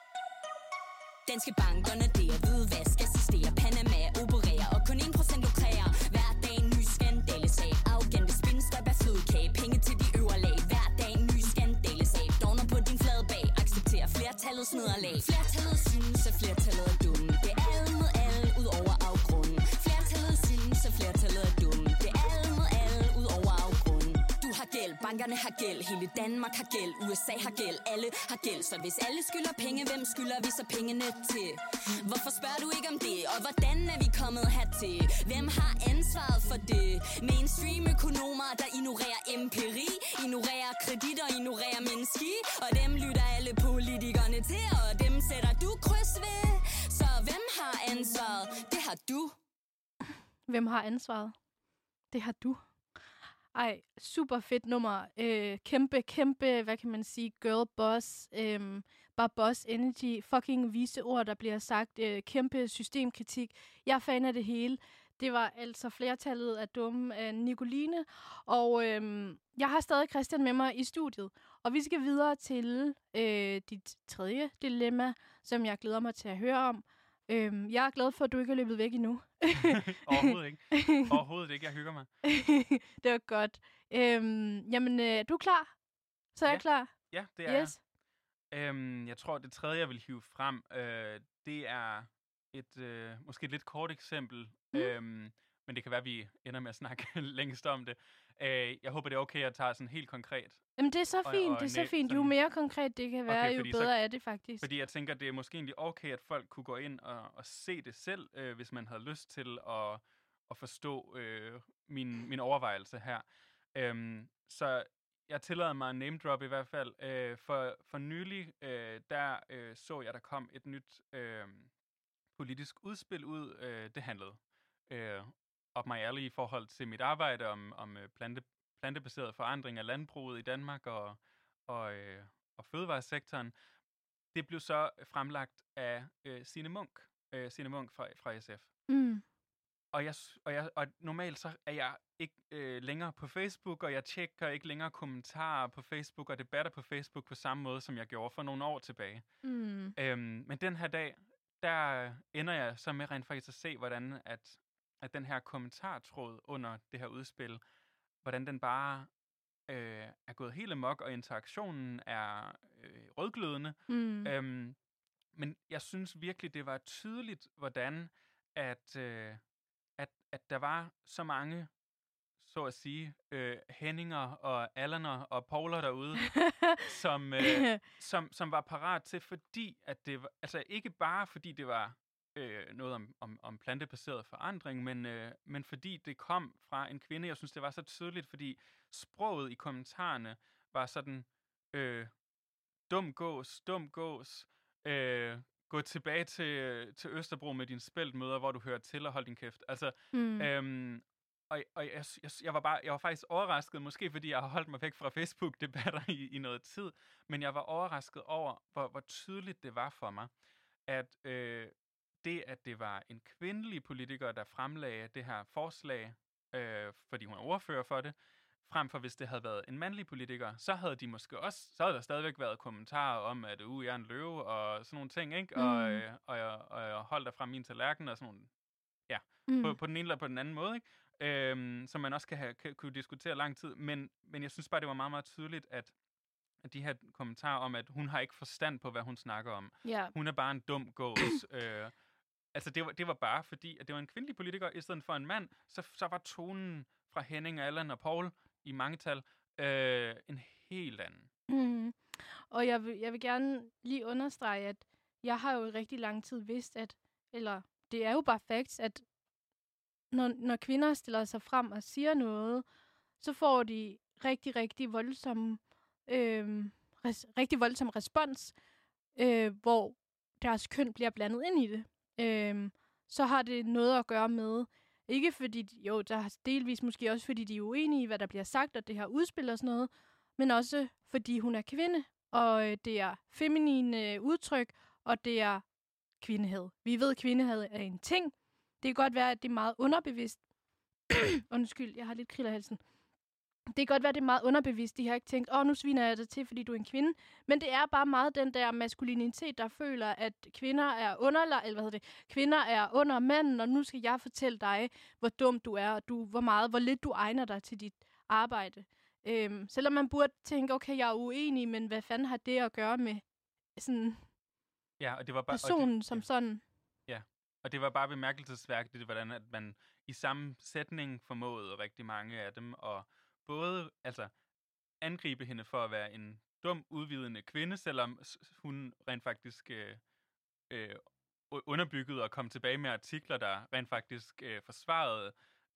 Danske bankerne, det er hvidvask, assisterer Panama, opererer og kun 1% lukrerer. Hver dag en ny skandalesag. Arrogante spinstop af flydkage. Penge til de øvre lag. Hver dag en ny skandalesag. Dogner på din flade bag. Accepterer flertallets nederlag. Flertallet synes, at flertallet er dumme. Det er alle mod alle, ud over afgrunden. Flertallet synes, at flertallet er dumme. Det er alle mod alle, ud over afgrunden. Du har gæld, bankerne har gæld, hele Danmark har gæld, USA har gæld, alle har gæld. Så hvis alle skylder penge, hvem skylder vi så pengene til? Hvorfor spørger du ikke om det? Og hvordan er vi kommet hertil? Hvem har ansvaret for det? Mainstream økonomer, der ignorerer empiri, ignorerer kredit og ignorerer menneske. Og dem lytter alle politikerne til, og dem sætter du kryds ved. Så hvem har ansvaret? Det har du. Hvem har ansvaret? Det har du. Ej, super fedt nummer. Kæmpe, hvad kan man sige, girl boss. Bare boss energy. Fucking vise ord, der bliver sagt. Kæmpe systemkritik. Jeg er fan af det hele. Det var altså flertallet af dumme af Nicoline. Og jeg har stadig Christian med mig i studiet. Og vi skal videre til dit tredje dilemma, som jeg glæder mig til at høre om. Jeg er glad for, at du ikke er løbet væk endnu. Overhovedet ikke. Overhovedet ikke. Jeg hygger mig. Det var godt. Jamen, du er klar? Så er jeg klar? Ja, det er yes. Jeg tror, det tredje, jeg vil hive frem, det er et måske et lidt kort eksempel. Men det kan være, at vi ender med at snakke længst om det. Jeg håber, det er okay, at jeg tager sådan helt konkret. Jamen, det er så fint. Det er så fint. Jo mere konkret det kan være, jo bedre er det faktisk. Fordi jeg tænker, det er måske egentlig okay, at folk kunne gå ind og se det selv, hvis man havde lyst til at forstå min overvejelse her. Så jeg tillader mig en name drop i hvert fald. For nylig, så jeg, der kom et nyt politisk udspil ud. Det handlede op my alley i forhold til mit arbejde om plantebaseret forandring af landbruget i Danmark og fødevaresektoren. Det blev så fremlagt af Signe Munk fra SF. og normalt så er jeg ikke længere på Facebook, og jeg tjekker ikke længere kommentarer på Facebook og debatter på Facebook på samme måde, som jeg gjorde for nogle år tilbage. Men den her dag, der ender jeg så med rent faktisk at se, hvordan at den her kommentartråd under det her udspil, hvordan den bare er gået helt amok, og interaktionen er rødglødende. Men jeg synes virkelig, det var tydeligt, hvordan at der var så mange, så at sige, Henninger og Allaner og Pauler derude, som var parat til, fordi at det var, altså ikke bare fordi det var noget om plantebaseret forandring, men fordi det kom fra en kvinde. Jeg synes, det var så tydeligt, fordi sproget i kommentarerne var sådan, dum gås, gå tilbage til Østerbro med din spæltmøder, hvor du hører til, og hold din kæft. Altså, og jeg var faktisk overrasket, måske fordi jeg har holdt mig væk fra Facebook-debatter i noget tid, men jeg var overrasket over, hvor tydeligt det var for mig, at det var en kvindelig politiker, der fremlagde det her forslag, fordi hun er ordfører for det, frem for hvis det havde været en mandlig politiker, så havde de måske også, så havde der stadigvæk været kommentarer om, at jeg er en løve, og sådan nogle ting, ikke? Og jeg holdt der fra min tallerken, og sådan nogle, på den ene eller på den anden måde, ikke? Som man også kunne diskutere lang tid, men jeg synes bare, det var meget, meget tydeligt, at de her kommentarer om, at hun har ikke forstand på, hvad hun snakker om. Yeah. Hun er bare en dum gås. Altså, det var bare fordi, at det var en kvindelig politiker, i stedet for en mand, så var tonen fra Henning, Allan og Paul i mange tal en helt anden. Og jeg vil gerne lige understrege, at jeg har jo i rigtig lang tid vidst, eller det er jo bare facts, at når kvinder stiller sig frem og siger noget, så får de rigtig voldsom respons, hvor deres køn bliver blandet ind i det. Så har det noget at gøre med, ikke fordi, der er delvis måske også fordi de er uenige i, hvad der bliver sagt, og det her udspil og sådan noget, men også fordi hun er kvinde, og det er feminine udtryk, og det er kvindehad. Vi ved, at kvindehad er en ting. Det kan godt være, at det er meget underbevidst. Undskyld, jeg har lidt krill af halsen. Det kan godt være, at det er meget underbevidst. De har ikke tænkt, nu sviner jeg dig til, fordi du er en kvinde. Men det er bare meget den der maskulinitet, der føler, at kvinder er kvinder er under manden, og nu skal jeg fortælle dig, hvor dum du er, og hvor lidt du egner dig til dit arbejde. Selvom man burde tænke, okay, jeg er uenig, men hvad fanden har det at gøre med sådan og det var bare, personen som sådan? Ja, og det var bare bemærkelsesværdigt, hvordan at man i samme sætning formåede rigtig mange af dem, og både angribe hende for at være en dum, udvidende kvinde, selvom hun rent faktisk underbyggede og kom tilbage med artikler, der rent faktisk forsvarede,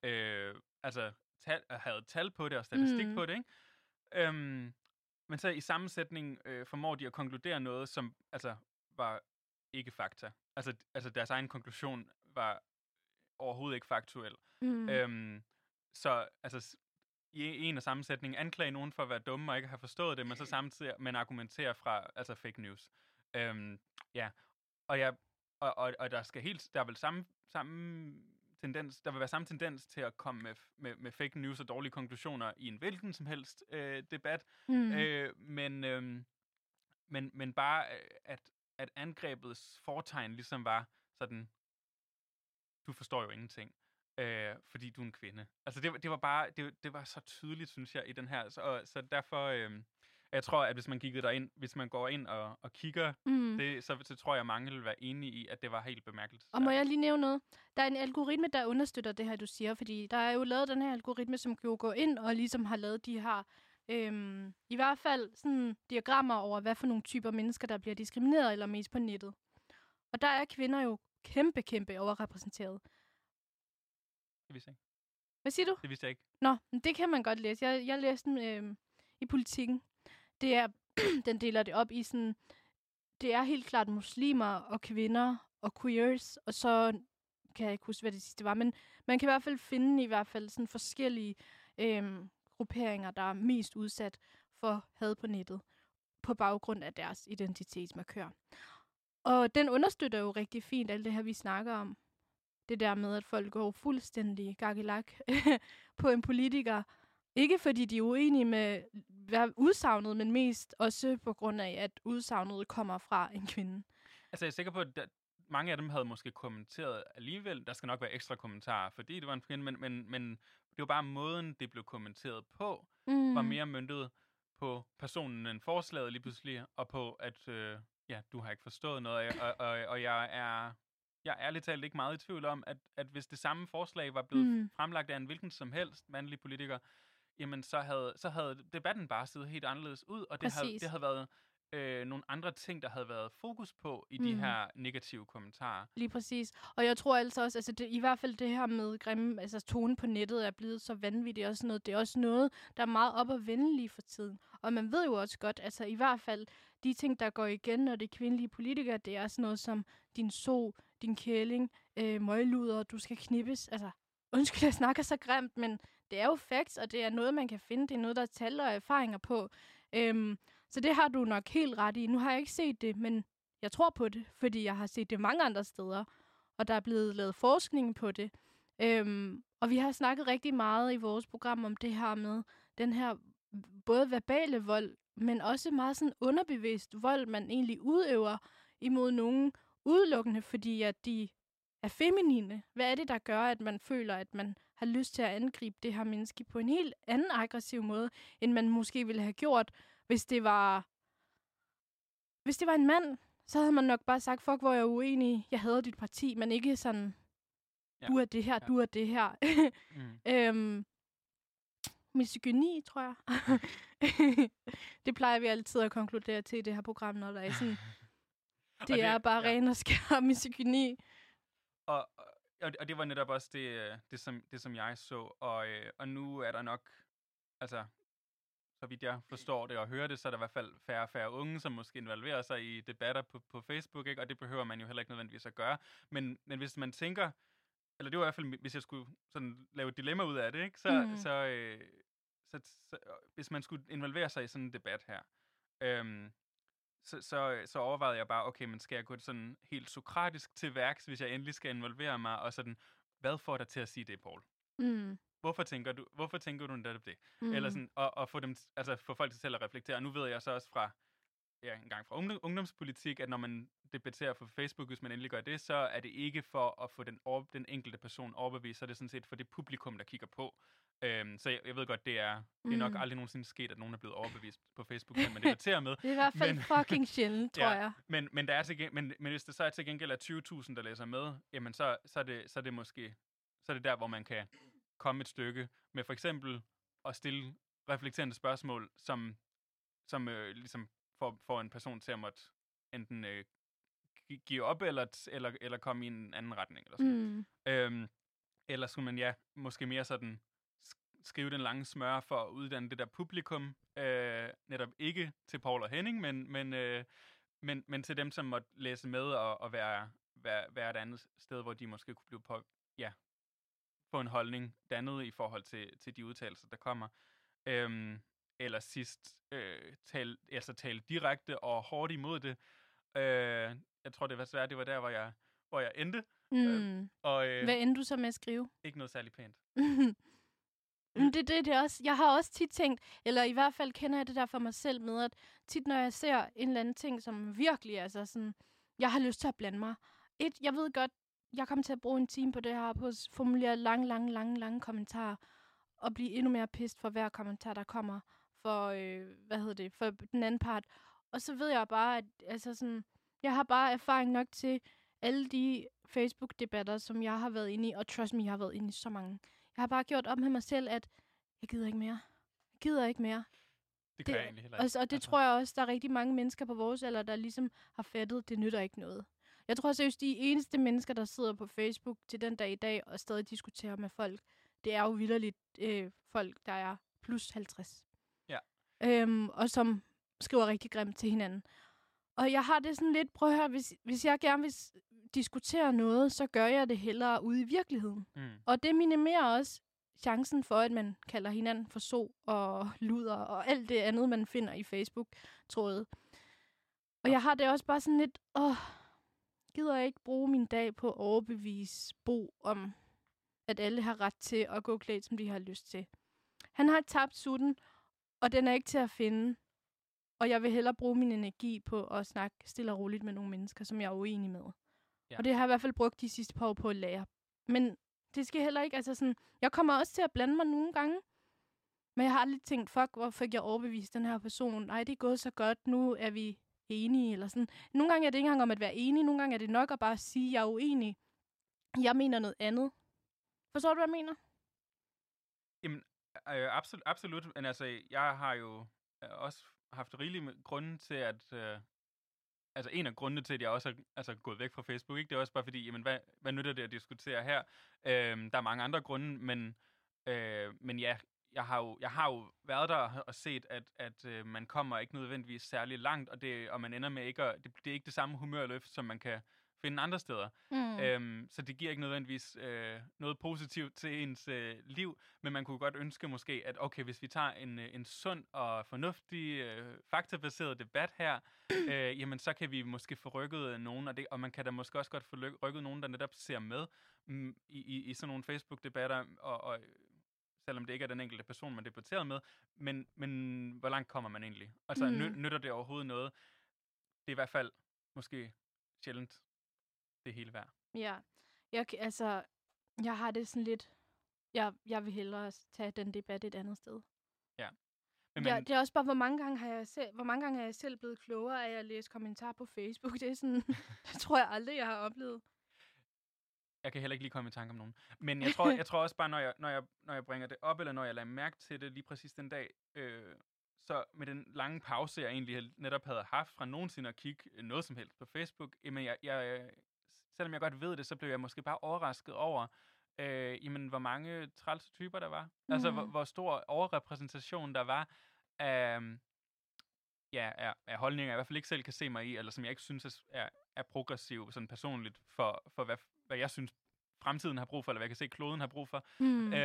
havde tal på det og statistik på det, ikke? Men så i sammensætning formår de at konkludere noget, som var ikke fakta. Altså deres egen konklusion var overhovedet ikke faktuel. Så i en af sammensætningen anklage nogen for at være dumme og ikke have forstået det, men så samtidig argumentere fra fake news. Og der skal der er vel samme tendens, der vil være samme tendens til at komme med fake news og dårlige konklusioner i en hvilken som helst debat. Men bare at angrebets fortegn ligesom var sådan, du forstår jo ingenting. Fordi du er en kvinde. Altså det var bare, det var så tydeligt, synes jeg, i den her. Så derfor, jeg tror, at hvis man går ind og kigger det, så tror jeg, mange vil være enige i, at det var helt bemærkelsesværdigt. Og må jeg lige nævne noget? Der er en algoritme, der understøtter det her, du siger, fordi der er jo lavet den her algoritme, som jo går ind og ligesom har lavet de her, i hvert fald sådan diagrammer over, hvad for nogle typer mennesker, der bliver diskrimineret eller mest på nettet. Og der er kvinder jo kæmpe overrepræsenteret. Det vidste jeg ikke. Hvad siger du? Det vidste jeg ikke. Nå, det kan man godt læse. Jeg læste den i Politikken. Det er, den deler det op i sådan, det er helt klart muslimer og kvinder og queers, og så kan jeg ikke huske, hvad det sidste var, men man kan i hvert fald finde sådan forskellige grupperinger, der er mest udsat for had på nettet, på baggrund af deres identitetsmarkør. Og den understøtter jo rigtig fint alt det her, vi snakker om. det der med, at folk går fuldstændig gakkelak på en politiker. Ikke fordi de er uenige med udsagnet, men mest også på grund af, at udsagnet kommer fra en kvinde. Altså, jeg er sikker på, at mange af dem havde måske kommenteret alligevel. Der skal nok være ekstra kommentarer, fordi det var en kvinde, men det var bare måden, det blev kommenteret på, var mere møntet på personen end forslaget lige pludselig, og på, at du har ikke forstået noget, og jeg er ærligt talt ikke meget i tvivl om, at hvis det samme forslag var blevet fremlagt af en hvilken som helst mandlig politiker, jamen så havde debatten bare siddet helt anderledes ud, og det havde været nogle andre ting, der havde været fokus på i de her negative kommentarer. Lige præcis. Og jeg tror altså også, altså i hvert fald det her med grimme, altså tone på nettet er blevet så vanvittigt og sådan noget. Det er også noget, der er meget op og vende lige for tiden. Og man ved jo også godt, altså i hvert fald de ting, der går igen, når det er kvindelige politikere, det er sådan noget som din so, din kælling, møgluder, du skal knippes. Altså, undskyld, jeg snakker så grimt, men det er jo facts, og det er noget, man kan finde. Det er noget, der er tal og erfaringer på. Så det har du nok helt ret i. Nu har jeg ikke set det, men jeg tror på det, fordi jeg har set det mange andre steder, og der er blevet lavet forskning på det. Og vi har snakket rigtig meget i vores program om det her med den her både verbale vold, men også meget sådan underbevidst vold, man egentlig udøver imod nogen udelukkende, fordi at de er feminine. Hvad er det, der gør, at man føler, at man har lyst til at angribe det her menneske på en helt anden aggressiv måde, end man måske ville have gjort, hvis det var en mand, så havde man nok bare sagt, fuck, hvor jeg er uenig, jeg hader dit parti, men ikke sådan, du er det her, du er det her. Misogyni, tror jeg. Det plejer vi altid at konkludere til i det her program, når der er sådan, det er bare ren og skær misogyni. Og det var netop også det som jeg så, og nu er der nok, altså, så vidt jeg forstår det og hører det, så er der i hvert fald færre og færre unge, som måske involverer sig i debatter på Facebook, ikke? Og det behøver man jo heller ikke nødvendigvis at gøre. Men hvis man tænker, eller det var i hvert fald, hvis jeg skulle sådan lave et dilemma ud af det, ikke? Så hvis man skulle involvere sig i sådan en debat her, så overvejede jeg bare, okay, men skal jeg gå sådan helt sokratisk til værks, hvis jeg endelig skal involvere mig, og sådan, hvad får dig til at sige det, Paul? Hvorfor tænker du netop det? Eller sådan, og få dem, altså få folk til selv at reflektere. Og nu ved jeg så også fra ungdomspolitik, at når man debatterer på Facebook, hvis man endelig gør det, så er det ikke for at få den enkelte person overbevist, så er det sådan set for det publikum, der kigger på. Så jeg ved godt, det er nok aldrig nogensinde sket, at nogen er blevet overbevist på Facebook, men man debatterer med. Det er i hvert fald fucking sjældent, tror jeg. Men der er men hvis det så er til gengæld er 20.000, der læser med, jamen så er det måske, så er det der, hvor man kan komme et stykke med for eksempel at stille reflekterende spørgsmål, som ligesom får en person til at måtte enten give op, eller komme i en anden retning. Eller sådan. Eller skulle man måske mere sådan skrive den lange smør for at uddanne det der publikum, netop ikke til Paul og Henning, men til dem, som måtte læse med og være et andet sted, hvor de måske kunne blive få en holdning dannet i forhold til de udtalelser, der kommer. Eller sidst tale direkte og hårdt imod det. Jeg tror, det var svært. Det var der, hvor jeg endte. Hvad endte du så med at skrive? Ikke noget særlig pænt. Det er også. Jeg har også tit tænkt, eller i hvert fald kender jeg det der for mig selv med, at tit når jeg ser en eller anden ting, som virkelig, altså sådan, jeg har lyst til at blande mig. Jeg ved godt, jeg kommer til at bruge en time på det her, på at formulere lange kommentarer, og blive endnu mere pissed for hver kommentar, der kommer for, for den anden part. Og så ved jeg bare, at altså sådan, jeg har bare erfaring nok til alle de Facebook-debatter, som jeg har været inde i, og trust me, jeg har været inde i så mange. Jeg har bare gjort op med mig selv, at jeg gider ikke mere. Det gør jeg egentlig heller ikke. Og det tror jeg også, der er rigtig mange mennesker på vores alder, der ligesom har fattet, det nytter ikke noget. Jeg tror seriøst, de eneste mennesker, der sidder på Facebook til den dag i dag, og stadig diskuterer med folk, det er jo vitterligt folk, der er plus 50. Ja. Og som skriver rigtig grimt til hinanden. Og jeg har det sådan lidt, prøv at høre, hvis jeg gerne vil diskutere noget, så gør jeg det hellere ude i virkeligheden. Og det minimerer også chancen for, at man kalder hinanden for so og luder og alt det andet, man finder i Facebook-trådet. Og jeg har det også bare sådan lidt, gider ikke bruge min dag på at overbevise Bo om, at alle har ret til at gå klædt, som de har lyst til. Han har tabt sutten, og den er ikke til at finde. Og jeg vil hellere bruge min energi på at snakke stille og roligt med nogle mennesker, som jeg er uenig med. Ja. Og det har jeg i hvert fald brugt de sidste par år på at lære. Men det skal heller ikke, altså sådan, jeg kommer også til at blande mig nogle gange. Men jeg har aldrig tænkt, fuck, hvor fik jeg overbevist den her person? Nej, det er gået så godt, nu er vi enige, eller sådan. Nogle gange er det ikke engang om at være enige, nogle gange er det nok at bare sige, at jeg er uenig. Jeg mener noget andet. Forstår du, hvad jeg mener? Jamen, absolut. Men altså, jeg har jo også haft rigelige grunde til at... Altså, en af grundene til, at jeg også er gået væk fra Facebook, ikke? Det er også bare fordi, jamen, hvad nytter det at diskutere her? Der er mange andre grunde, men ja, jeg har jo været der og set, at man kommer ikke nødvendigvis særlig langt, og man ender med ikke at... Det er ikke det samme humørløft, som man kan finde andre steder. Så det giver ikke nødvendigvis noget positivt til ens liv, men man kunne godt ønske måske, at okay, hvis vi tager en sund og fornuftig, faktabaseret debat her, jamen så kan vi måske få rykket nogen af det, og man kan da måske også godt få rykket nogen, der netop ser med i sådan nogle Facebook-debatter, og selvom det ikke er den enkelte person, man debatterer med, men hvor langt kommer man egentlig? Altså, nytter det overhovedet noget? Det er i hvert fald måske sjældent det hele værd. Ja, jeg har det sådan lidt, jeg vil hellere tage den debat et andet sted. Ja. Det er også bare, hvor mange gange er jeg selv blevet klogere af at læse kommentarer på Facebook. Det er sådan, det tror jeg aldrig, jeg har oplevet. Jeg kan heller ikke lige komme i tanke om nogen. Men jeg tror også bare, når jeg bringer det op, eller når jeg lader mærke til det lige præcis den dag, så med den lange pause, jeg egentlig netop havde haft fra nogensinde at kigge noget som helst på Facebook, jamen selvom jeg godt ved det, så blev jeg måske bare overrasket over, jamen, hvor mange trælse typer der var. Altså, hvor stor overrepræsentation der var af holdninger, jeg i hvert fald ikke selv kan se mig i, eller som jeg ikke synes er progressiv, sådan personligt, for hvad jeg synes, fremtiden har brug for, eller hvad jeg kan se, kloden har brug for.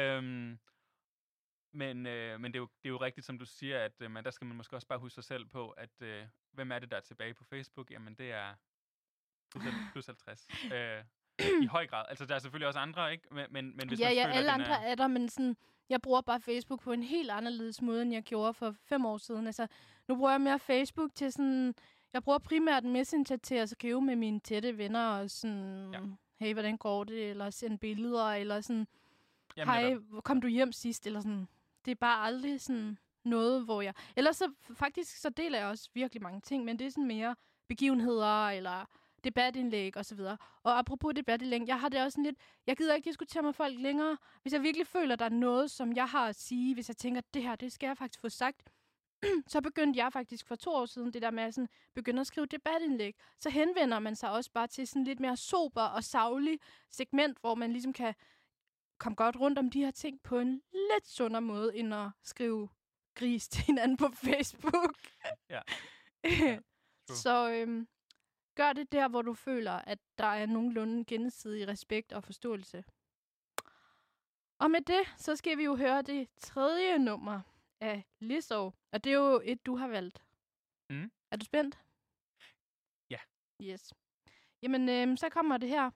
Men det er jo rigtigt, som du siger, at der skal man måske også bare huske sig selv på, at hvem er det, der er tilbage på Facebook? Jamen, det er plus 50. I høj grad. Altså, der er selvfølgelig også andre, ikke? Men hvis man føler, alle andre er der, men sådan, jeg bruger bare Facebook på en helt anderledes måde, end jeg gjorde for 5 år siden. Altså, nu bruger jeg mere Facebook til sådan... Jeg bruger primært Messenger til at skrive med mine tætte venner, og sådan, hey, hvordan går det? Eller sende billeder, eller sådan, hej, kom du hjem sidst? Eller sådan. Det er bare aldrig sådan noget, hvor jeg... Ellers så, faktisk, så deler jeg også virkelig mange ting, men det er sådan mere begivenheder, eller debatindlæg og så videre. Og apropos debatindlæg, jeg har det også sådan lidt, jeg gider ikke diskutere med folk længere. Hvis jeg virkelig føler, der er noget, som jeg har at sige, hvis jeg tænker, det her, det skal jeg faktisk få sagt, så begyndte jeg faktisk for 2 år siden, det der med at sådan, begynde at skrive debatindlæg. Så henvender man sig også bare til sådan lidt mere sober og saglig segment, hvor man ligesom kan komme godt rundt om de her ting på en lidt sundere måde, end at skrive gris til hinanden på Facebook. Ja. Så gør det der, hvor du føler, at der er nogenlunde gensidig respekt og forståelse. Og med det, så skal vi jo høre det 3. nummer af Lizzo. Og det er jo et, du har valgt. Er du spændt? Ja. Yes. Jamen, så kommer det her.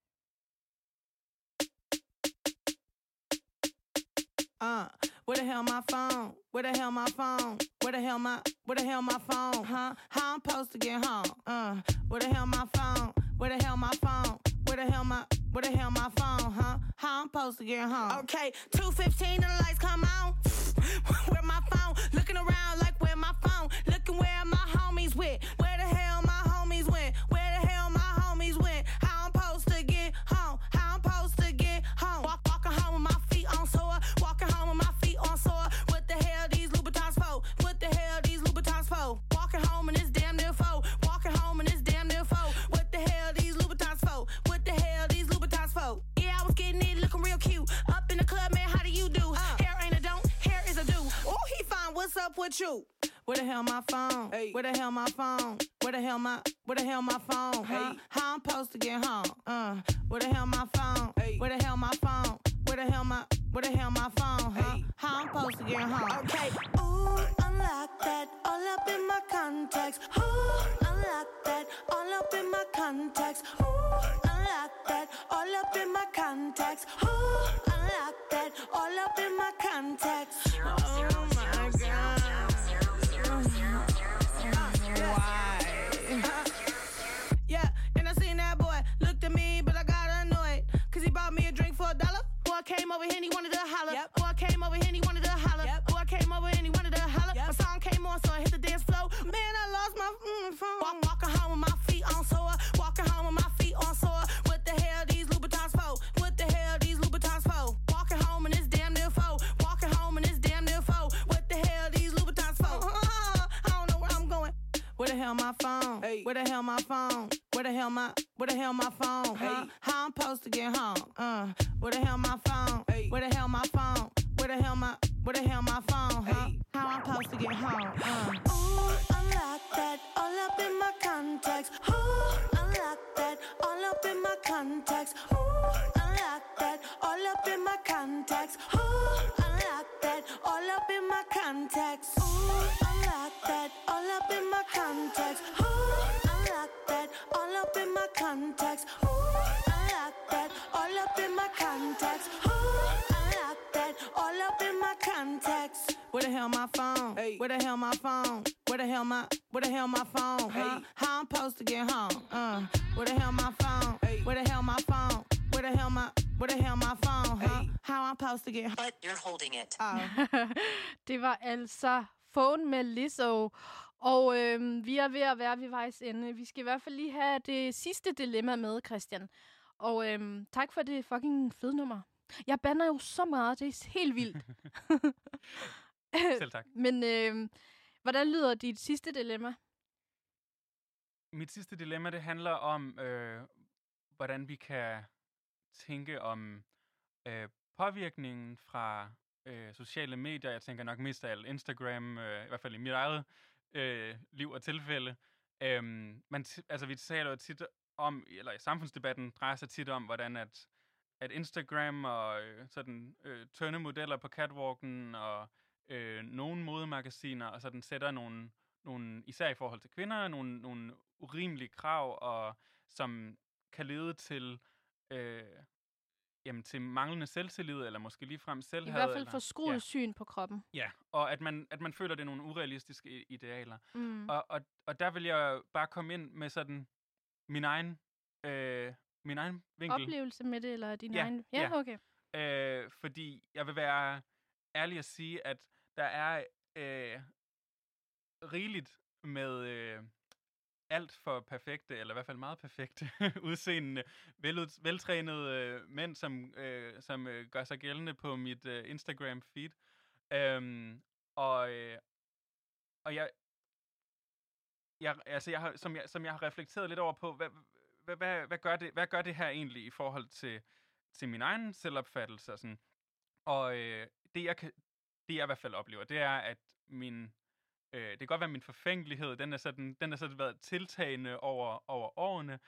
Where the hell my phone? Where the hell my phone? Where the hell my phone? Huh? How I'm supposed to get home? Where the hell my phone? Where the hell my phone? Where the hell my phone? Huh? How I'm supposed to get home? Okay, 2:15 and the lights come on. Where my phone? Looking around like where my phone? Looking where my homies went? Where the hell my homies went? Where the hell my homies went? How I'm supposed to get home? How I'm supposed to get home? Walking home with my feet on sore. Walking home with my feet on sore. What the hell these Louboutins for? What the hell these Louboutins for? Walking home and it's damn near foe. Walking home and it's damn near foe. What the hell these Louboutins for? What the hell these Louboutins for? Yeah, I was getting it looking real cute. Up in the club, man, how do you do? Hair ain't a don't, hair is a do. Oh, he fine, what's up with you? Where the hell my phone? Hey. Where the hell my phone? Where the hell my phone? Hey. Huh? How I'm supposed to get home? Where the hell my phone? Hey. Where the hell my phone? Where Where the hell my phone, huh? How I'm supposed to get home? Okay. Ooh, unlock that, all up in my contacts. Ooh, unlock that, all up in my contacts. Ooh, unlock that, all up in my contacts. Ooh, unlock that, all up in my contacts. Oh my God. Why? Yeah, and I seen that boy looked at me, but I got annoyed. Cause he bought me a drink for $1. Boy came over here and he wanted to holler. Yep. Boy came over here and he wanted to holler. Yep. Boy came over here and he wanted to holler. Yep. My song came on, so I hit the dance floor. Man, I lost my phone. Walking home with my feet on sore. Walking home with my feet on sore. What the hell these Louboutins for? What the hell these Louboutins for? Walking home and it's damn near foe. Walking home and it's damn near foe. What the hell these Louboutins for? I don't know where I'm going. Where the hell my phone? Hey. Where the hell my phone? Where the hell my phone? Hey. Huh? How I'm supposed to get home? Where the hell my phone? Hey. Where the hell my phone? Where the hell my phone? Huh? Hey. How I'm supposed to get home? Ooh, unlock that, all up in my contacts. Ooh, unlock that, all up in my contacts. Ooh, unlock that, all up in my contacts. Ooh, unlock that, all up in my contacts. Ooh, unlock that, all up in my contacts. Ooh, unlock that, all up in my contacts. Ooh, unlock that, all up in my contacts. Ooh, unlock that, all up in my contacts. Where the hell my phone? Hey. Where the hell my phone? Where the hell my phone? Hey. Huh? How I'm supposed to get home? Where the hell my phone? Hey. Where the hell my phone? Where the hell my phone? Huh? Hey. How I'm supposed to get home? But you're holding it. Det var altså Phone med Lizzo. Og vi er ved at være ved vejs ende. Vi skal i hvert fald lige have det sidste dilemma med, Christian. Og tak for det fucking fede nummer. Jeg bander jo så meget, det er helt vildt. Selv tak. Men hvordan lyder dit sidste dilemma? Mit sidste dilemma, det handler om, hvordan vi kan tænke om påvirkningen fra sociale medier. Jeg tænker nok mest af alt Instagram, i hvert fald i mit eget liv og tilfælde. Vi taler jo tit om, eller i samfundsdebatten drejer sig tit om, hvordan at Instagram og tynde modeller på catwalken og nogle modemagasiner og sådan sætter nogle, især i forhold til kvinder, nogle urimelige krav, og som kan lede til til manglende selvtillid, eller måske ligefrem selvhad. I hvert fald forskruet syn på kroppen. Ja, og at man føler, det er nogle urealistiske idealer. Og der vil jeg bare komme ind med sådan min egen vinkel. Oplevelse med det, eller din egen? Ja, okay. Fordi jeg vil være ærlig at sige, at der er rigeligt med alt for perfekte, eller i hvert fald meget perfekte, udseende, veltrænede mænd, som gør sig gældende på mit Instagram-feed. Og jeg har reflekteret lidt over på, hvad gør det her egentlig i forhold til min egen selvopfattelse og sådan. Og det jeg i hvert fald oplever, det er, at det kan godt være min forfængelighed, den er sådan været tiltagende over årene.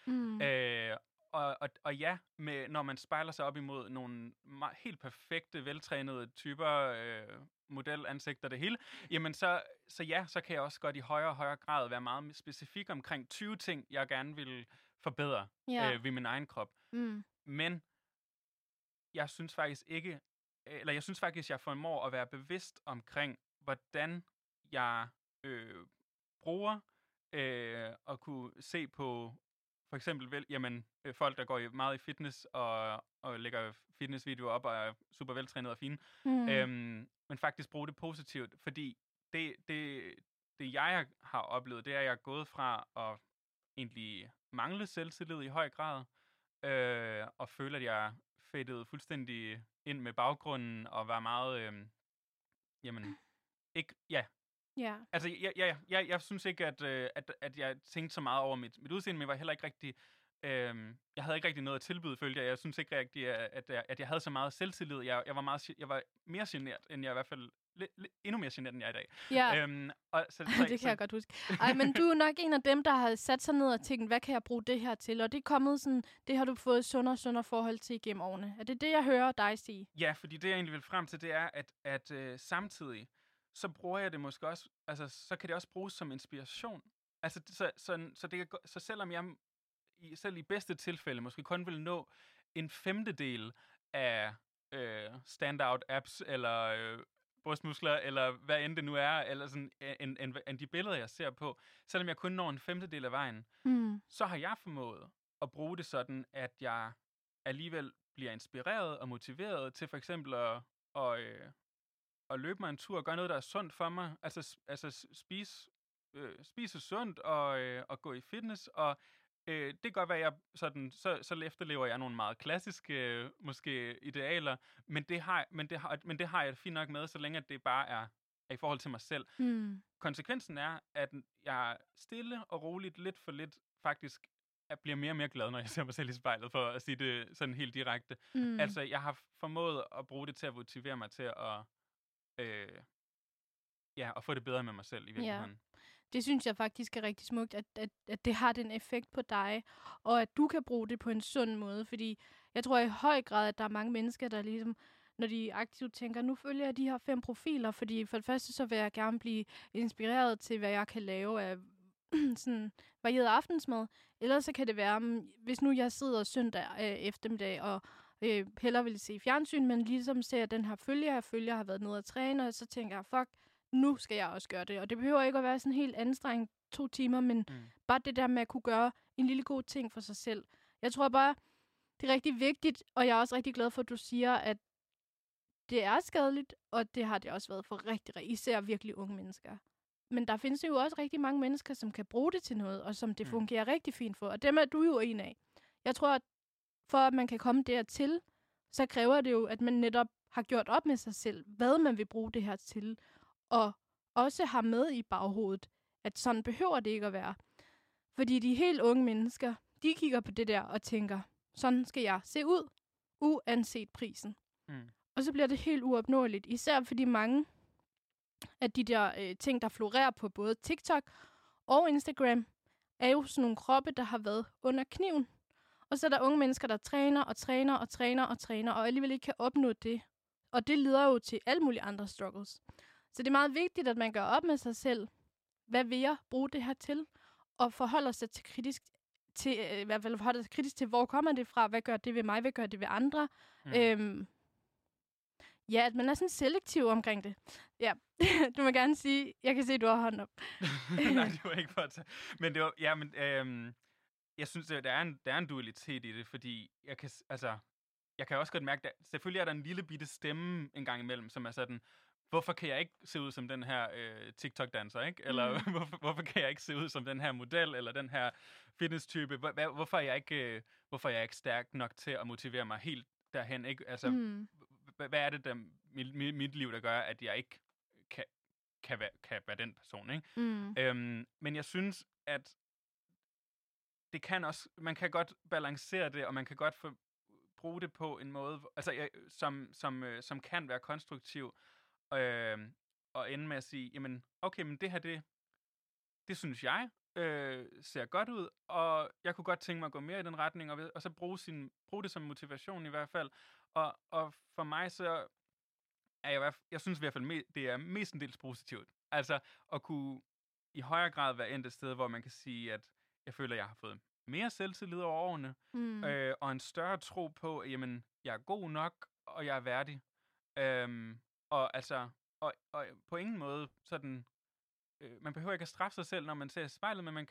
Og ja, når man spejler sig op imod nogle helt perfekte, veltrænede typer, modelansigter, det hele, jamen så kan jeg også godt i højere og højere grad være meget specifik omkring 20 ting, jeg gerne vil forbedre ved min egen krop. Men jeg synes faktisk jeg formår at være bevidst omkring, hvordan jeg bruger at kunne se på for eksempel folk, der går meget i fitness og lægger fitnessvideoer op og er super veltrænet og fine. Men faktisk bruge det positivt, fordi det jeg har oplevet, det er, at jeg er gået fra at egentlig mangle selvtillid i høj grad, og føle, at jeg fadede fuldstændig ind med baggrunden og var meget, ikke, ja. Yeah. Altså, jeg synes ikke, at jeg tænkte så meget over mit udseende, men jeg var heller ikke rigtig, jeg havde ikke rigtig noget at tilbyde, følte jeg. Jeg synes ikke rigtig, at jeg havde så meget selvtillid. Jeg var mere genert, end jeg i hvert fald endnu mere genert, end jeg er i dag. Ja, og det kan jeg godt huske. Ej, men du er nok en af dem, der har sat sig ned og tænkt, hvad kan jeg bruge det her til? Og det er kommet sådan, det har du fået sundere og sundere forhold til igennem årene. Er det det, jeg hører dig sige? Ja, fordi det, jeg egentlig vil frem til, det er, at samtidig, så bruger jeg det måske også, altså, så kan det også bruges som inspiration. Altså, så selvom jeg selv i bedste tilfælde måske kun vil nå en 1/5 af standout apps, eller brystmuskler, eller hvad end det nu er, eller sådan, end de billeder, jeg ser på, selvom jeg kun når en 1/5 af vejen, så har jeg formået at bruge det sådan, at jeg alligevel bliver inspireret og motiveret til for eksempel at løbe mig en tur og gøre noget, der er sundt for mig. Altså spise sundt og gå i fitness. Og det kan godt være, at jeg sådan, så efterlever jeg nogle meget klassiske måske idealer, men det har jeg fint nok med, så længe at det bare er i forhold til mig selv. Konsekvensen er, at jeg stille og roligt, lidt for lidt, faktisk bliver mere og mere glad, når jeg ser mig selv i spejlet, for at sige det sådan helt direkte. Altså, jeg har formået at bruge det til at motivere mig til at få det bedre med mig selv i virkeligheden. Ja. Det synes jeg faktisk er rigtig smukt, at det har den effekt på dig, og at du kan bruge det på en sund måde, fordi jeg tror i høj grad, at der er mange mennesker, der ligesom, når de aktivt tænker, nu følger jeg de her 5 profiler, fordi for det første så vil jeg gerne blive inspireret til, hvad jeg kan lave af sådan varieret aftensmad. Ellers så kan det være, hvis nu jeg sidder søndag eftermiddag og hellere vil se fjernsyn, men ligesom ser den her følger, har været nede at træne, og så tænker jeg, fuck, nu skal jeg også gøre det. Og det behøver ikke at være sådan helt anstrengt 2 timer, men bare det der med at kunne gøre en lille god ting for sig selv. Jeg tror bare, det er rigtig vigtigt, og jeg er også rigtig glad for, at du siger, at det er skadeligt, og det har det også været for især virkelig unge mennesker. Men der findes jo også rigtig mange mennesker, som kan bruge det til noget, og som det fungerer rigtig fint for. Og dem er du jo en af. Jeg tror, at for at man kan komme dertil, så kræver det jo, at man netop har gjort op med sig selv, hvad man vil bruge det her til. Og også har med i baghovedet, at sådan behøver det ikke at være. Fordi de helt unge mennesker, de kigger på det der og tænker, sådan skal jeg se ud, uanset prisen. Og så bliver det helt uopnåeligt, især fordi mange af de der ting, der florerer på både TikTok og Instagram, er jo sådan nogle kroppe, der har været under kniven. Og så er der unge mennesker, der træner, og alligevel ikke kan opnå det. Og det leder jo til alle mulige andre struggles. Så det er meget vigtigt, at man gør op med sig selv. Hvad vil jeg bruge det her til? Og forholder sig til i hvert fald forholder sig kritisk til, hvor kommer det fra? Hvad gør det ved mig? Hvad gør det ved andre? Ja, at man er sådan selektiv omkring det. Ja, du må gerne sige, jeg kan se, at du har hånden op. Nej, det var ikke for at tage. Men det var, jeg synes, der er en dualitet i det, fordi jeg kan også godt mærke, at selvfølgelig er der en lille bitte stemme en gang imellem, som er sådan, hvorfor kan jeg ikke se ud som den her TikTok-danser, ikke? Eller hvorfor kan jeg ikke se ud som den her model, eller den her fitness-type? Hvorfor er jeg ikke stærk nok til at motivere mig helt derhen, ikke? Altså, hvad er det, der mit liv, der gør, at jeg ikke kan være den person, ikke? Men jeg synes, at det kan også, man kan godt balancere det, og man kan godt bruge det på en måde, altså, som kan være konstruktiv, og ende med at sige, jamen, okay, men det her, det synes jeg ser godt ud, og jeg kunne godt tænke mig at gå mere i den retning, og så bruge det som motivation i hvert fald. Og for mig så er jeg synes i hvert fald, det er mestendels positivt. Altså at kunne i højere grad være endt et sted, hvor man kan sige, at jeg føler, at jeg har fået mere selvtillid over årene, og en større tro på, at jamen, jeg er god nok, og jeg er værdig. Og på ingen måde sådan, man behøver ikke at straffe sig selv, når man ser spejlet, men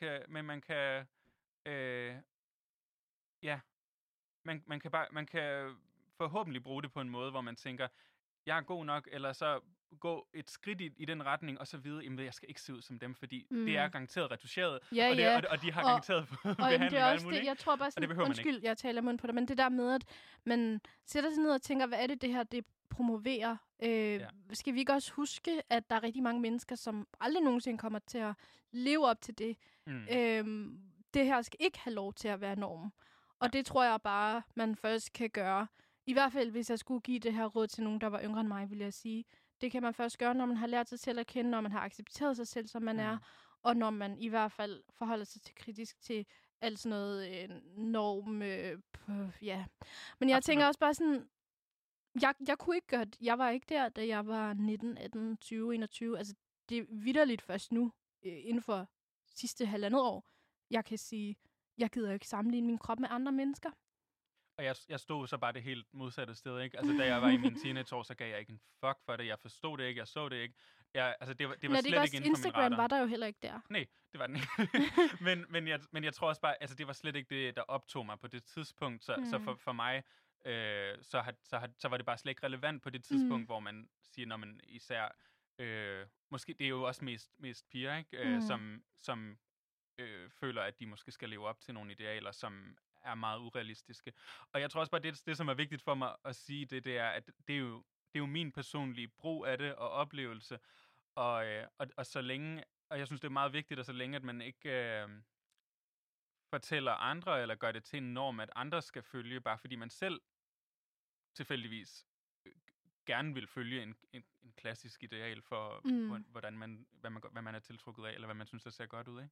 man kan forhåbentlig bruge det på en måde, hvor man tænker, jeg er god nok, eller så gå et skridt i den retning, og så vide, jamen, jeg skal ikke se ud som dem, fordi det er garanteret retuscheret, og de har garanteret behandling det er også det, jeg tror bare sådan, undskyld, jeg taler mund på dig, men det der med, at man sætter sig ned og tænker, hvad er det her, det promoverer? Skal vi ikke også huske, at der er rigtig mange mennesker, som aldrig nogensinde kommer til at leve op til det? Det her skal ikke have lov til at være normen. Og det tror jeg bare, man først kan gøre. I hvert fald, hvis jeg skulle give det her råd til nogen, der var yngre end mig, vil jeg sige, det kan man først gøre, når man har lært sig selv at kende, når man har accepteret sig selv, som man er, og når man i hvert fald forholder sig til kritisk til alt sådan noget norm. Ja. Men jeg tænker også bare sådan, jeg kunne ikke gøre det. Jeg var ikke der, da jeg var 19, 18, 20, 21. Altså, det er vitterligt først nu, inden for sidste 1,5 år, jeg kan sige, jeg gider ikke sammenligne min krop med andre mennesker. Og jeg stod så bare det helt modsatte sted, ikke? Altså, da jeg var i mine teenageår, så gav jeg ikke en fuck for det. Jeg forstod det ikke, jeg så det ikke. Altså, det var slet ikke inden for min Instagram radar. var der jo heller ikke der. Nej, det var den ikke. men jeg tror også bare, altså, det var slet ikke det, der optog mig på det tidspunkt. Så for mig, så var det bare slet ikke relevant på det tidspunkt, hvor man siger, når man især... måske, det er jo også mest piger, ikke? Som føler, at de måske skal leve op til nogle idealer, som er meget urealistiske. Og jeg tror også bare, det som er vigtigt for mig at sige, det er, at det er jo min personlige brug af det og oplevelse. Og så længe, og jeg synes, det er meget vigtigt, at så længe, at man ikke fortæller andre, eller gør det til en norm, at andre skal følge, bare fordi man selv tilfældigvis gerne vil følge en klassisk ideal for, hvad man er tiltrukket af, eller hvad man synes, der ser godt ud,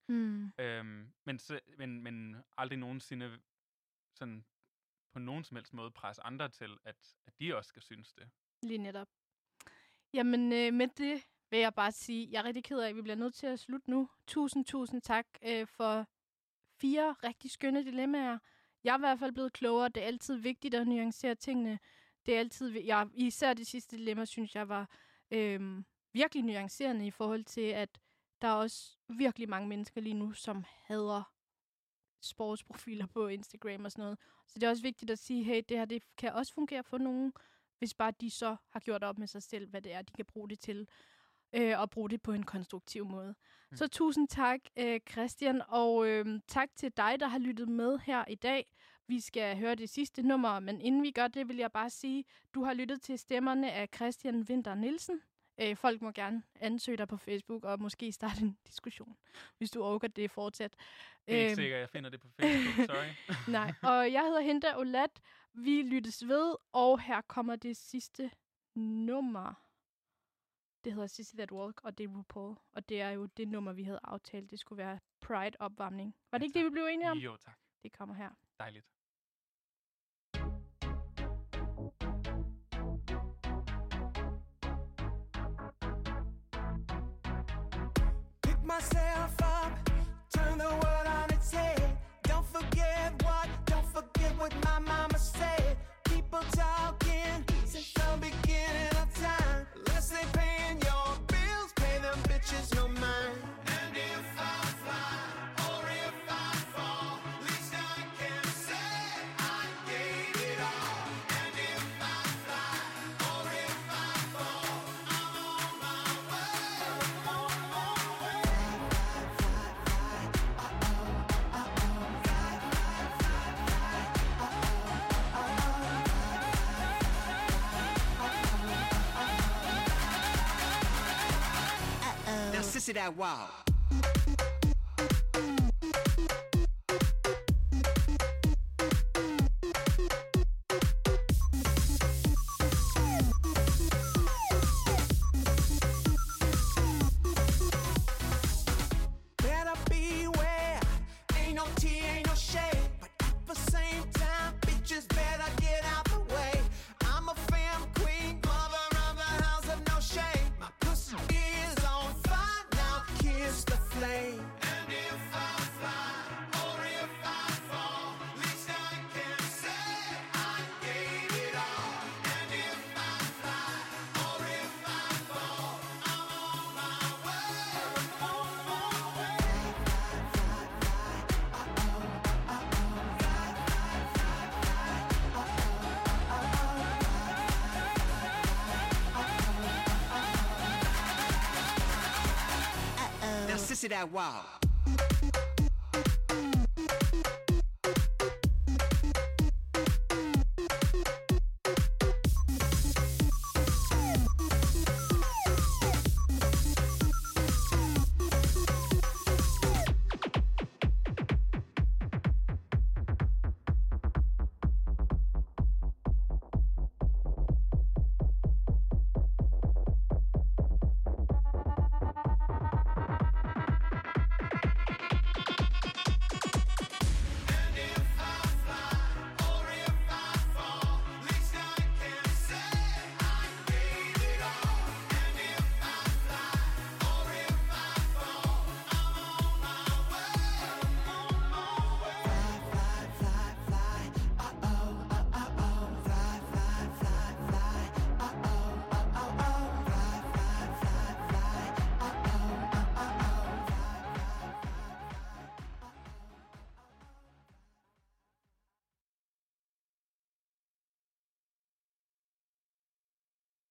ikke? Men aldrig nogensinde sådan på nogen som helst måde presse andre til, at de også skal synes det. Lige netop. Jamen, med det vil jeg bare sige, jeg er rigtig ked af, at vi bliver nødt til at slutte nu. Tusind tak for 4 rigtig skønne dilemmaer. Jeg er i hvert fald blevet klogere. Det er altid vigtigt at nuancere tingene. Det er altid, især det sidste dilemma, synes jeg var virkelig nuancerende i forhold til, at der er også virkelig mange mennesker lige nu, som hader sportsprofiler på Instagram og sådan noget. Så det er også vigtigt at sige, hey, det her det kan også fungere for nogen, hvis bare de så har gjort op med sig selv, hvad det er, de kan bruge det til, og bruge det på en konstruktiv måde. Så tusind tak, Christian, og tak til dig, der har lyttet med her i dag. Vi skal høre det sidste nummer, men inden vi gør det, vil jeg bare sige, du har lyttet til stemmerne af Christian Winther Nielsen. Folk må gerne ansøge dig på Facebook og måske starte en diskussion, hvis du orker det fortsat. Det er ikke sikkert, jeg finder det på Facebook, sorry. Nej, og jeg hedder Hinda Olat. Vi lyttes ved, og her kommer det sidste nummer. Det hedder Sissy That Walk, og det er RuPaul. Og det er jo det nummer, vi havde aftalt. Det skulle være Pride-opvarmning. Var det ikke det, vi blev enige om? Jo, tak. Det kommer her. Dejligt. Pick myself up, turn the world on its head. Don't forget what my mama said. People talking since the beginning of time. Unless they paying your bills, pay them bitches no mind. And if I fly or if I fall, least I can say I gave it all. And if I fly or if I fall, I'm on my way. Now Sissy That Walk. Better beware, ain't no tea, ain't no shade. But at the same time, bitches better get out the way. I'm a femme queen, mother of the house of no shame. My pussy is on fire, now kiss the flame. And if I fly or if I fall, least I can say I gave it all. And if I fly or if I fall, I'm on my way. Now Sissy That Walk.